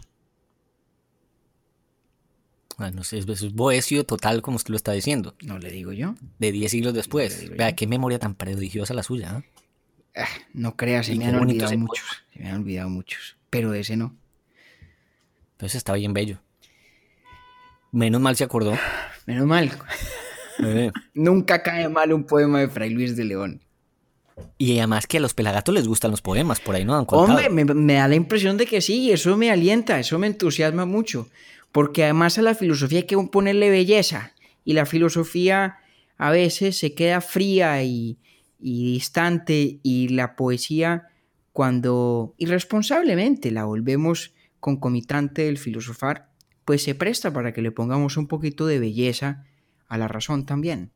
bueno, es Boecio total como usted lo está diciendo, ¿No le digo yo? de 10 siglos ¿No le después. digo Vea, yo? qué memoria tan prodigiosa la suya, ¿eh? No creas, se Y me qué han bonito olvidado ese muchos. poema. Se me han olvidado muchos. Pero ese no. Entonces está bien bello. Menos mal se acordó. Menos mal. Eh. Nunca cae mal un poema de Fray Luis de León. Y además que a los pelagatos les gustan los poemas, por ahí nos han Hombre, contado. me da la impresión de que sí, y eso me alienta, eso me entusiasma mucho, porque además a la filosofía hay que ponerle belleza, y la filosofía a veces se queda fría y distante, y la poesía, cuando irresponsablemente la volvemos concomitante del filosofar, pues se presta para que le pongamos un poquito de belleza a la razón también.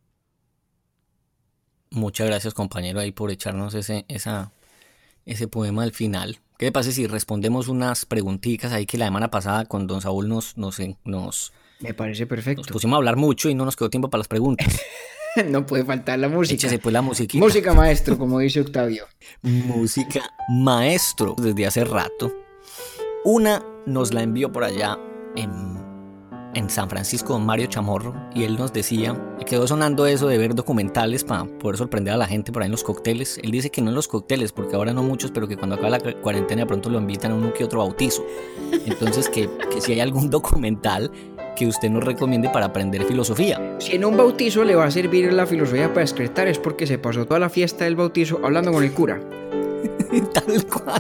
Muchas gracias, compañero, ahí por echarnos ese poema al final. ¿Qué le pasa si respondemos unas preguntitas ahí que la semana pasada con don Saúl Me parece nos perfecto. pusimos a hablar mucho y no nos quedó tiempo para las preguntas? No puede faltar la música. Échese pues la musiquita. Música maestro, como dice Octavio. Música maestro desde hace rato. Una nos la envió por allá en San Francisco don Mario Chamorro y él nos decía, me quedó sonando eso de ver documentales para poder sorprender a la gente por ahí en los cócteles. Él dice que no en los cócteles porque ahora no muchos, pero que cuando acabe la cuarentena de pronto lo invitan a uno que otro bautizo. Entonces que si hay algún documental que usted nos recomiende para aprender filosofía. Si en un bautizo le va a servir la filosofía para excretar es porque se pasó toda la fiesta del bautizo hablando con el cura. Tal cual.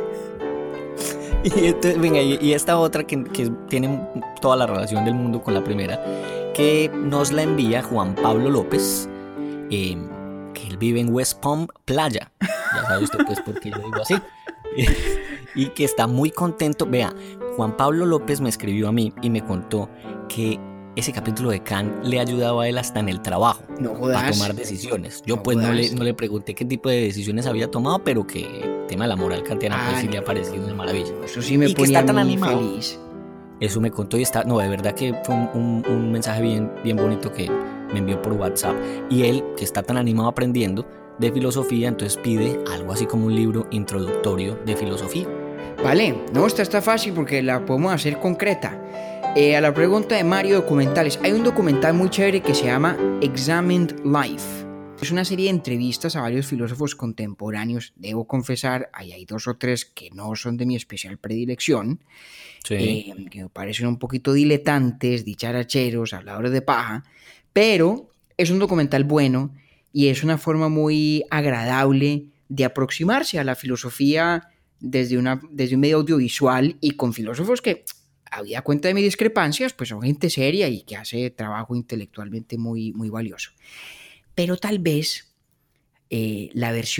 Y, venga, y esta otra que tiene toda la relación del mundo con la primera, que nos la envía Juan Pablo López, que él vive en West Palm Playa. Ya sabe usted pues por qué yo digo así. Y que está muy contento. Vea, Juan Pablo López me escribió a mí y me contó que ese capítulo de Kant le ha ayudado a él hasta en el trabajo No jodas. para tomar decisiones. Yo No pues no jodas. le pregunté qué tipo de decisiones había tomado, pero que el tema de la moral kantiana pues sí le ha parecido una maravilla. Eso sí me Y que ponía está tan a mí animado. feliz. Eso me contó y está, no, de verdad que fue un mensaje bien bonito que me envió por WhatsApp. Y él, que está tan animado aprendiendo de filosofía, entonces pide algo así como un libro introductorio de filosofía. Vale, no, esta está fácil porque la podemos hacer concreta. A la pregunta de Mario, documentales. Hay un documental muy chévere que se llama Examined Life. Es una serie de entrevistas a varios filósofos contemporáneos. Debo confesar, ahí hay 2 o 3 que no son de mi especial predilección, Sí. que me parecen un poquito diletantes, dicharacheros, habladores de paja, pero es un documental bueno y es una forma muy agradable de aproximarse a la filosofía desde un medio audiovisual y con filósofos que, habida cuenta de mis discrepancias, pues son gente seria y que hace trabajo intelectualmente muy, muy valioso. Pero tal vez la versión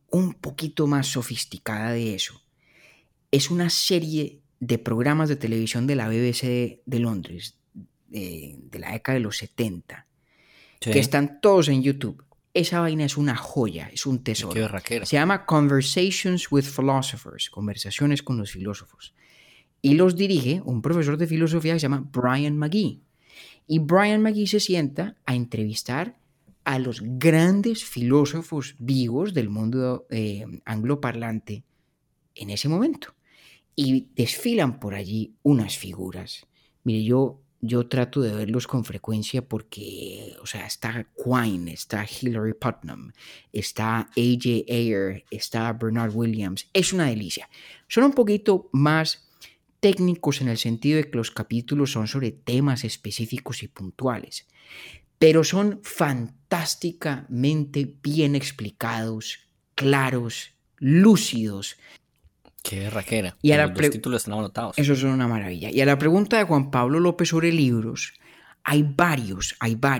un poquito más sofisticada de eso. Es una serie de programas de televisión de la BBC de Londres, de la década de los 70, Sí. que están todos en YouTube. Esa vaina es una joya, es un tesoro. Qué berraquera. Se llama Conversations with Philosophers, conversaciones con los filósofos. Y los dirige un profesor de filosofía que se llama Brian McGee. Y Brian McGee se sienta a entrevistar a los grandes filósofos vivos del mundo angloparlante en ese momento. Y desfilan por allí unas figuras. Mire, yo trato de verlos con frecuencia porque, o sea, está Quine, está Hilary Putnam, está A.J. Ayer, está Bernard Williams. Es una delicia. Son un poquito más técnicos en el sentido de que los capítulos son sobre temas específicos y puntuales, pero son fantásticamente bien explicados, claros, lúcidos. Qué berraquera. Y a Los dos títulos están anotados. Eso es una maravilla. Y a la pregunta de Juan Pablo López sobre libros, hay varios.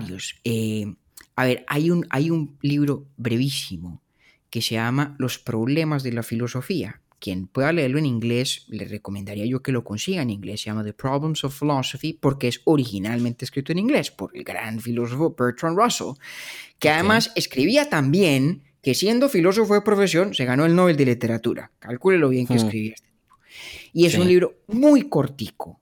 A ver, hay un libro brevísimo que se llama Los problemas de la filosofía. Quien pueda leerlo en inglés, le recomendaría yo que lo consiga en inglés. Se llama The Problems of Philosophy porque es originalmente escrito en inglés por el gran filósofo Bertrand Russell, que además escribía también que siendo filósofo de profesión se ganó el Nobel de Literatura. Calcule lo bien que escribía este tipo. Y es un libro muy cortico,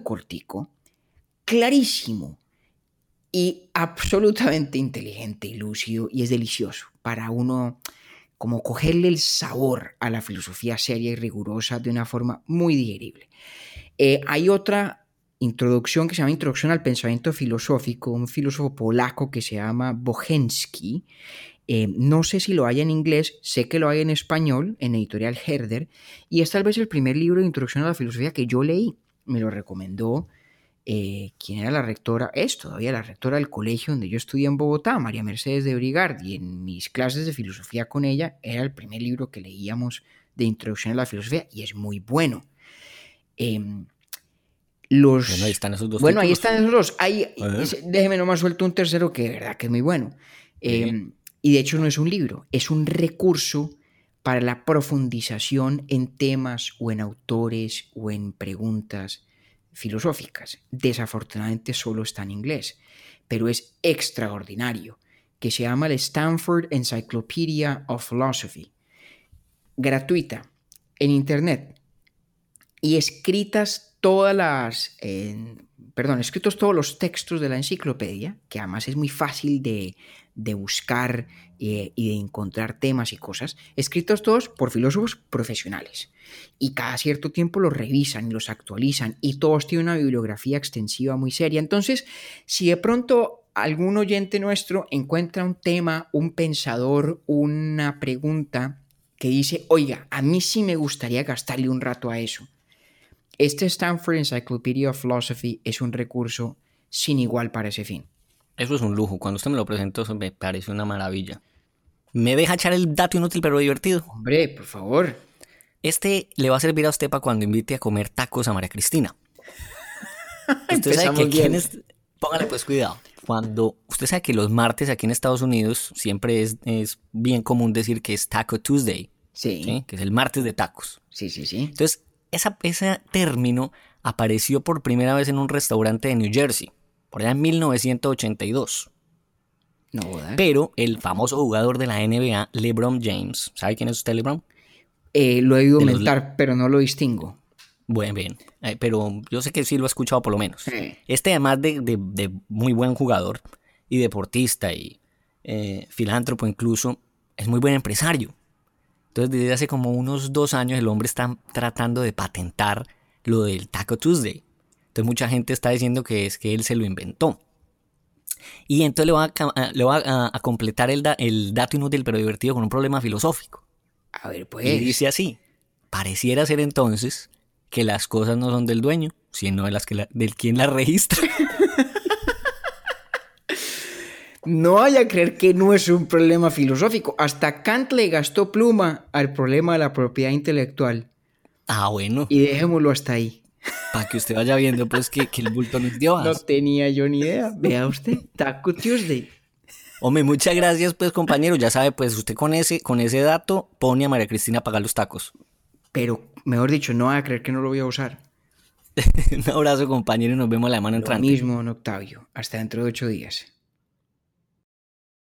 clarísimo y absolutamente inteligente y lúcido, y es delicioso para uno como cogerle el sabor a la filosofía seria y rigurosa de una forma muy digerible. Hay otra introducción que se llama Introducción al Pensamiento Filosófico, un filósofo polaco que se llama Bohensky. No sé si lo hay en inglés, sé que lo hay en español, en editorial Herder, y es tal vez el primer libro de introducción a la filosofía que yo leí. Me lo recomendó quien era la rectora, es todavía la rectora del colegio donde yo estudié en Bogotá, María Mercedes de Brigardi, y en mis clases de filosofía con ella era el primer libro que leíamos de introducción a la filosofía, y es muy bueno. Bueno, ahí están esos dos Bueno, títulos. ahí están esos dos. Déjeme nomás suelto un tercero que de verdad que es muy bueno. Y de hecho no es un libro, es un recurso para la profundización en temas o en autores o en preguntas filosóficas. Desafortunadamente solo está en inglés, pero es extraordinario, que se llama el Stanford Encyclopedia of Philosophy. Gratuita, en internet, y escritos todos los textos de la enciclopedia, que además es muy fácil de buscar y de encontrar temas y cosas, escritos todos por filósofos profesionales. Y cada cierto tiempo los revisan y los actualizan, y todos tienen una bibliografía extensiva muy seria. Entonces, si de pronto algún oyente nuestro encuentra un tema, un pensador, una pregunta que dice, oiga, a mí sí me gustaría gastarle un rato a eso, este Stanford Encyclopedia of Philosophy es un recurso sin igual para ese fin. Eso es un lujo. Cuando usted me lo presentó, eso me parece una maravilla. ¿Me deja echar el dato inútil pero divertido? Hombre, por favor. Este le va a servir a usted para cuando invite a comer tacos a María Cristina. Usted sabe que póngale pues cuidado. Cuando usted sabe que los martes aquí en Estados Unidos siempre es bien común decir que es Taco Tuesday. Sí. Que es el martes de tacos. Sí. Entonces, ese término apareció por primera vez en un restaurante de New Jersey, por allá en 1982. No jodas. Pero el famoso jugador de la NBA, LeBron James, ¿sabe quién es usted, LeBron? Lo he oído mentar, pero no lo distingo. Bueno, bien, pero yo sé que sí lo he escuchado por lo menos. Este, además de muy buen jugador y deportista y filántropo incluso, es muy buen empresario. Entonces, desde hace como unos 2 años el hombre está tratando de patentar lo del Taco Tuesday. Entonces, mucha gente está diciendo que es que él se lo inventó. Y entonces le va a completar el dato inútil pero divertido con un problema filosófico. A ver, pues. Y dice así: pareciera ser entonces que las cosas no son del dueño, sino del quien las registra. No vaya a creer que no es un problema filosófico. Hasta Kant le gastó pluma al problema de la propiedad intelectual. Ah, bueno. Y dejémoslo hasta ahí. Para que usted vaya viendo pues que el bulto no es Dios. No tenía yo ni idea. Vea usted, Taco Tuesday. Hombre, muchas gracias, pues, compañero. Ya sabe, pues, usted con ese dato pone a María Cristina a pagar los tacos. Pero, mejor dicho, no va a creer que no lo voy a usar. Un abrazo, compañero, y nos vemos la semana Lo entrante. mismo, don Octavio. Hasta dentro de 8 días.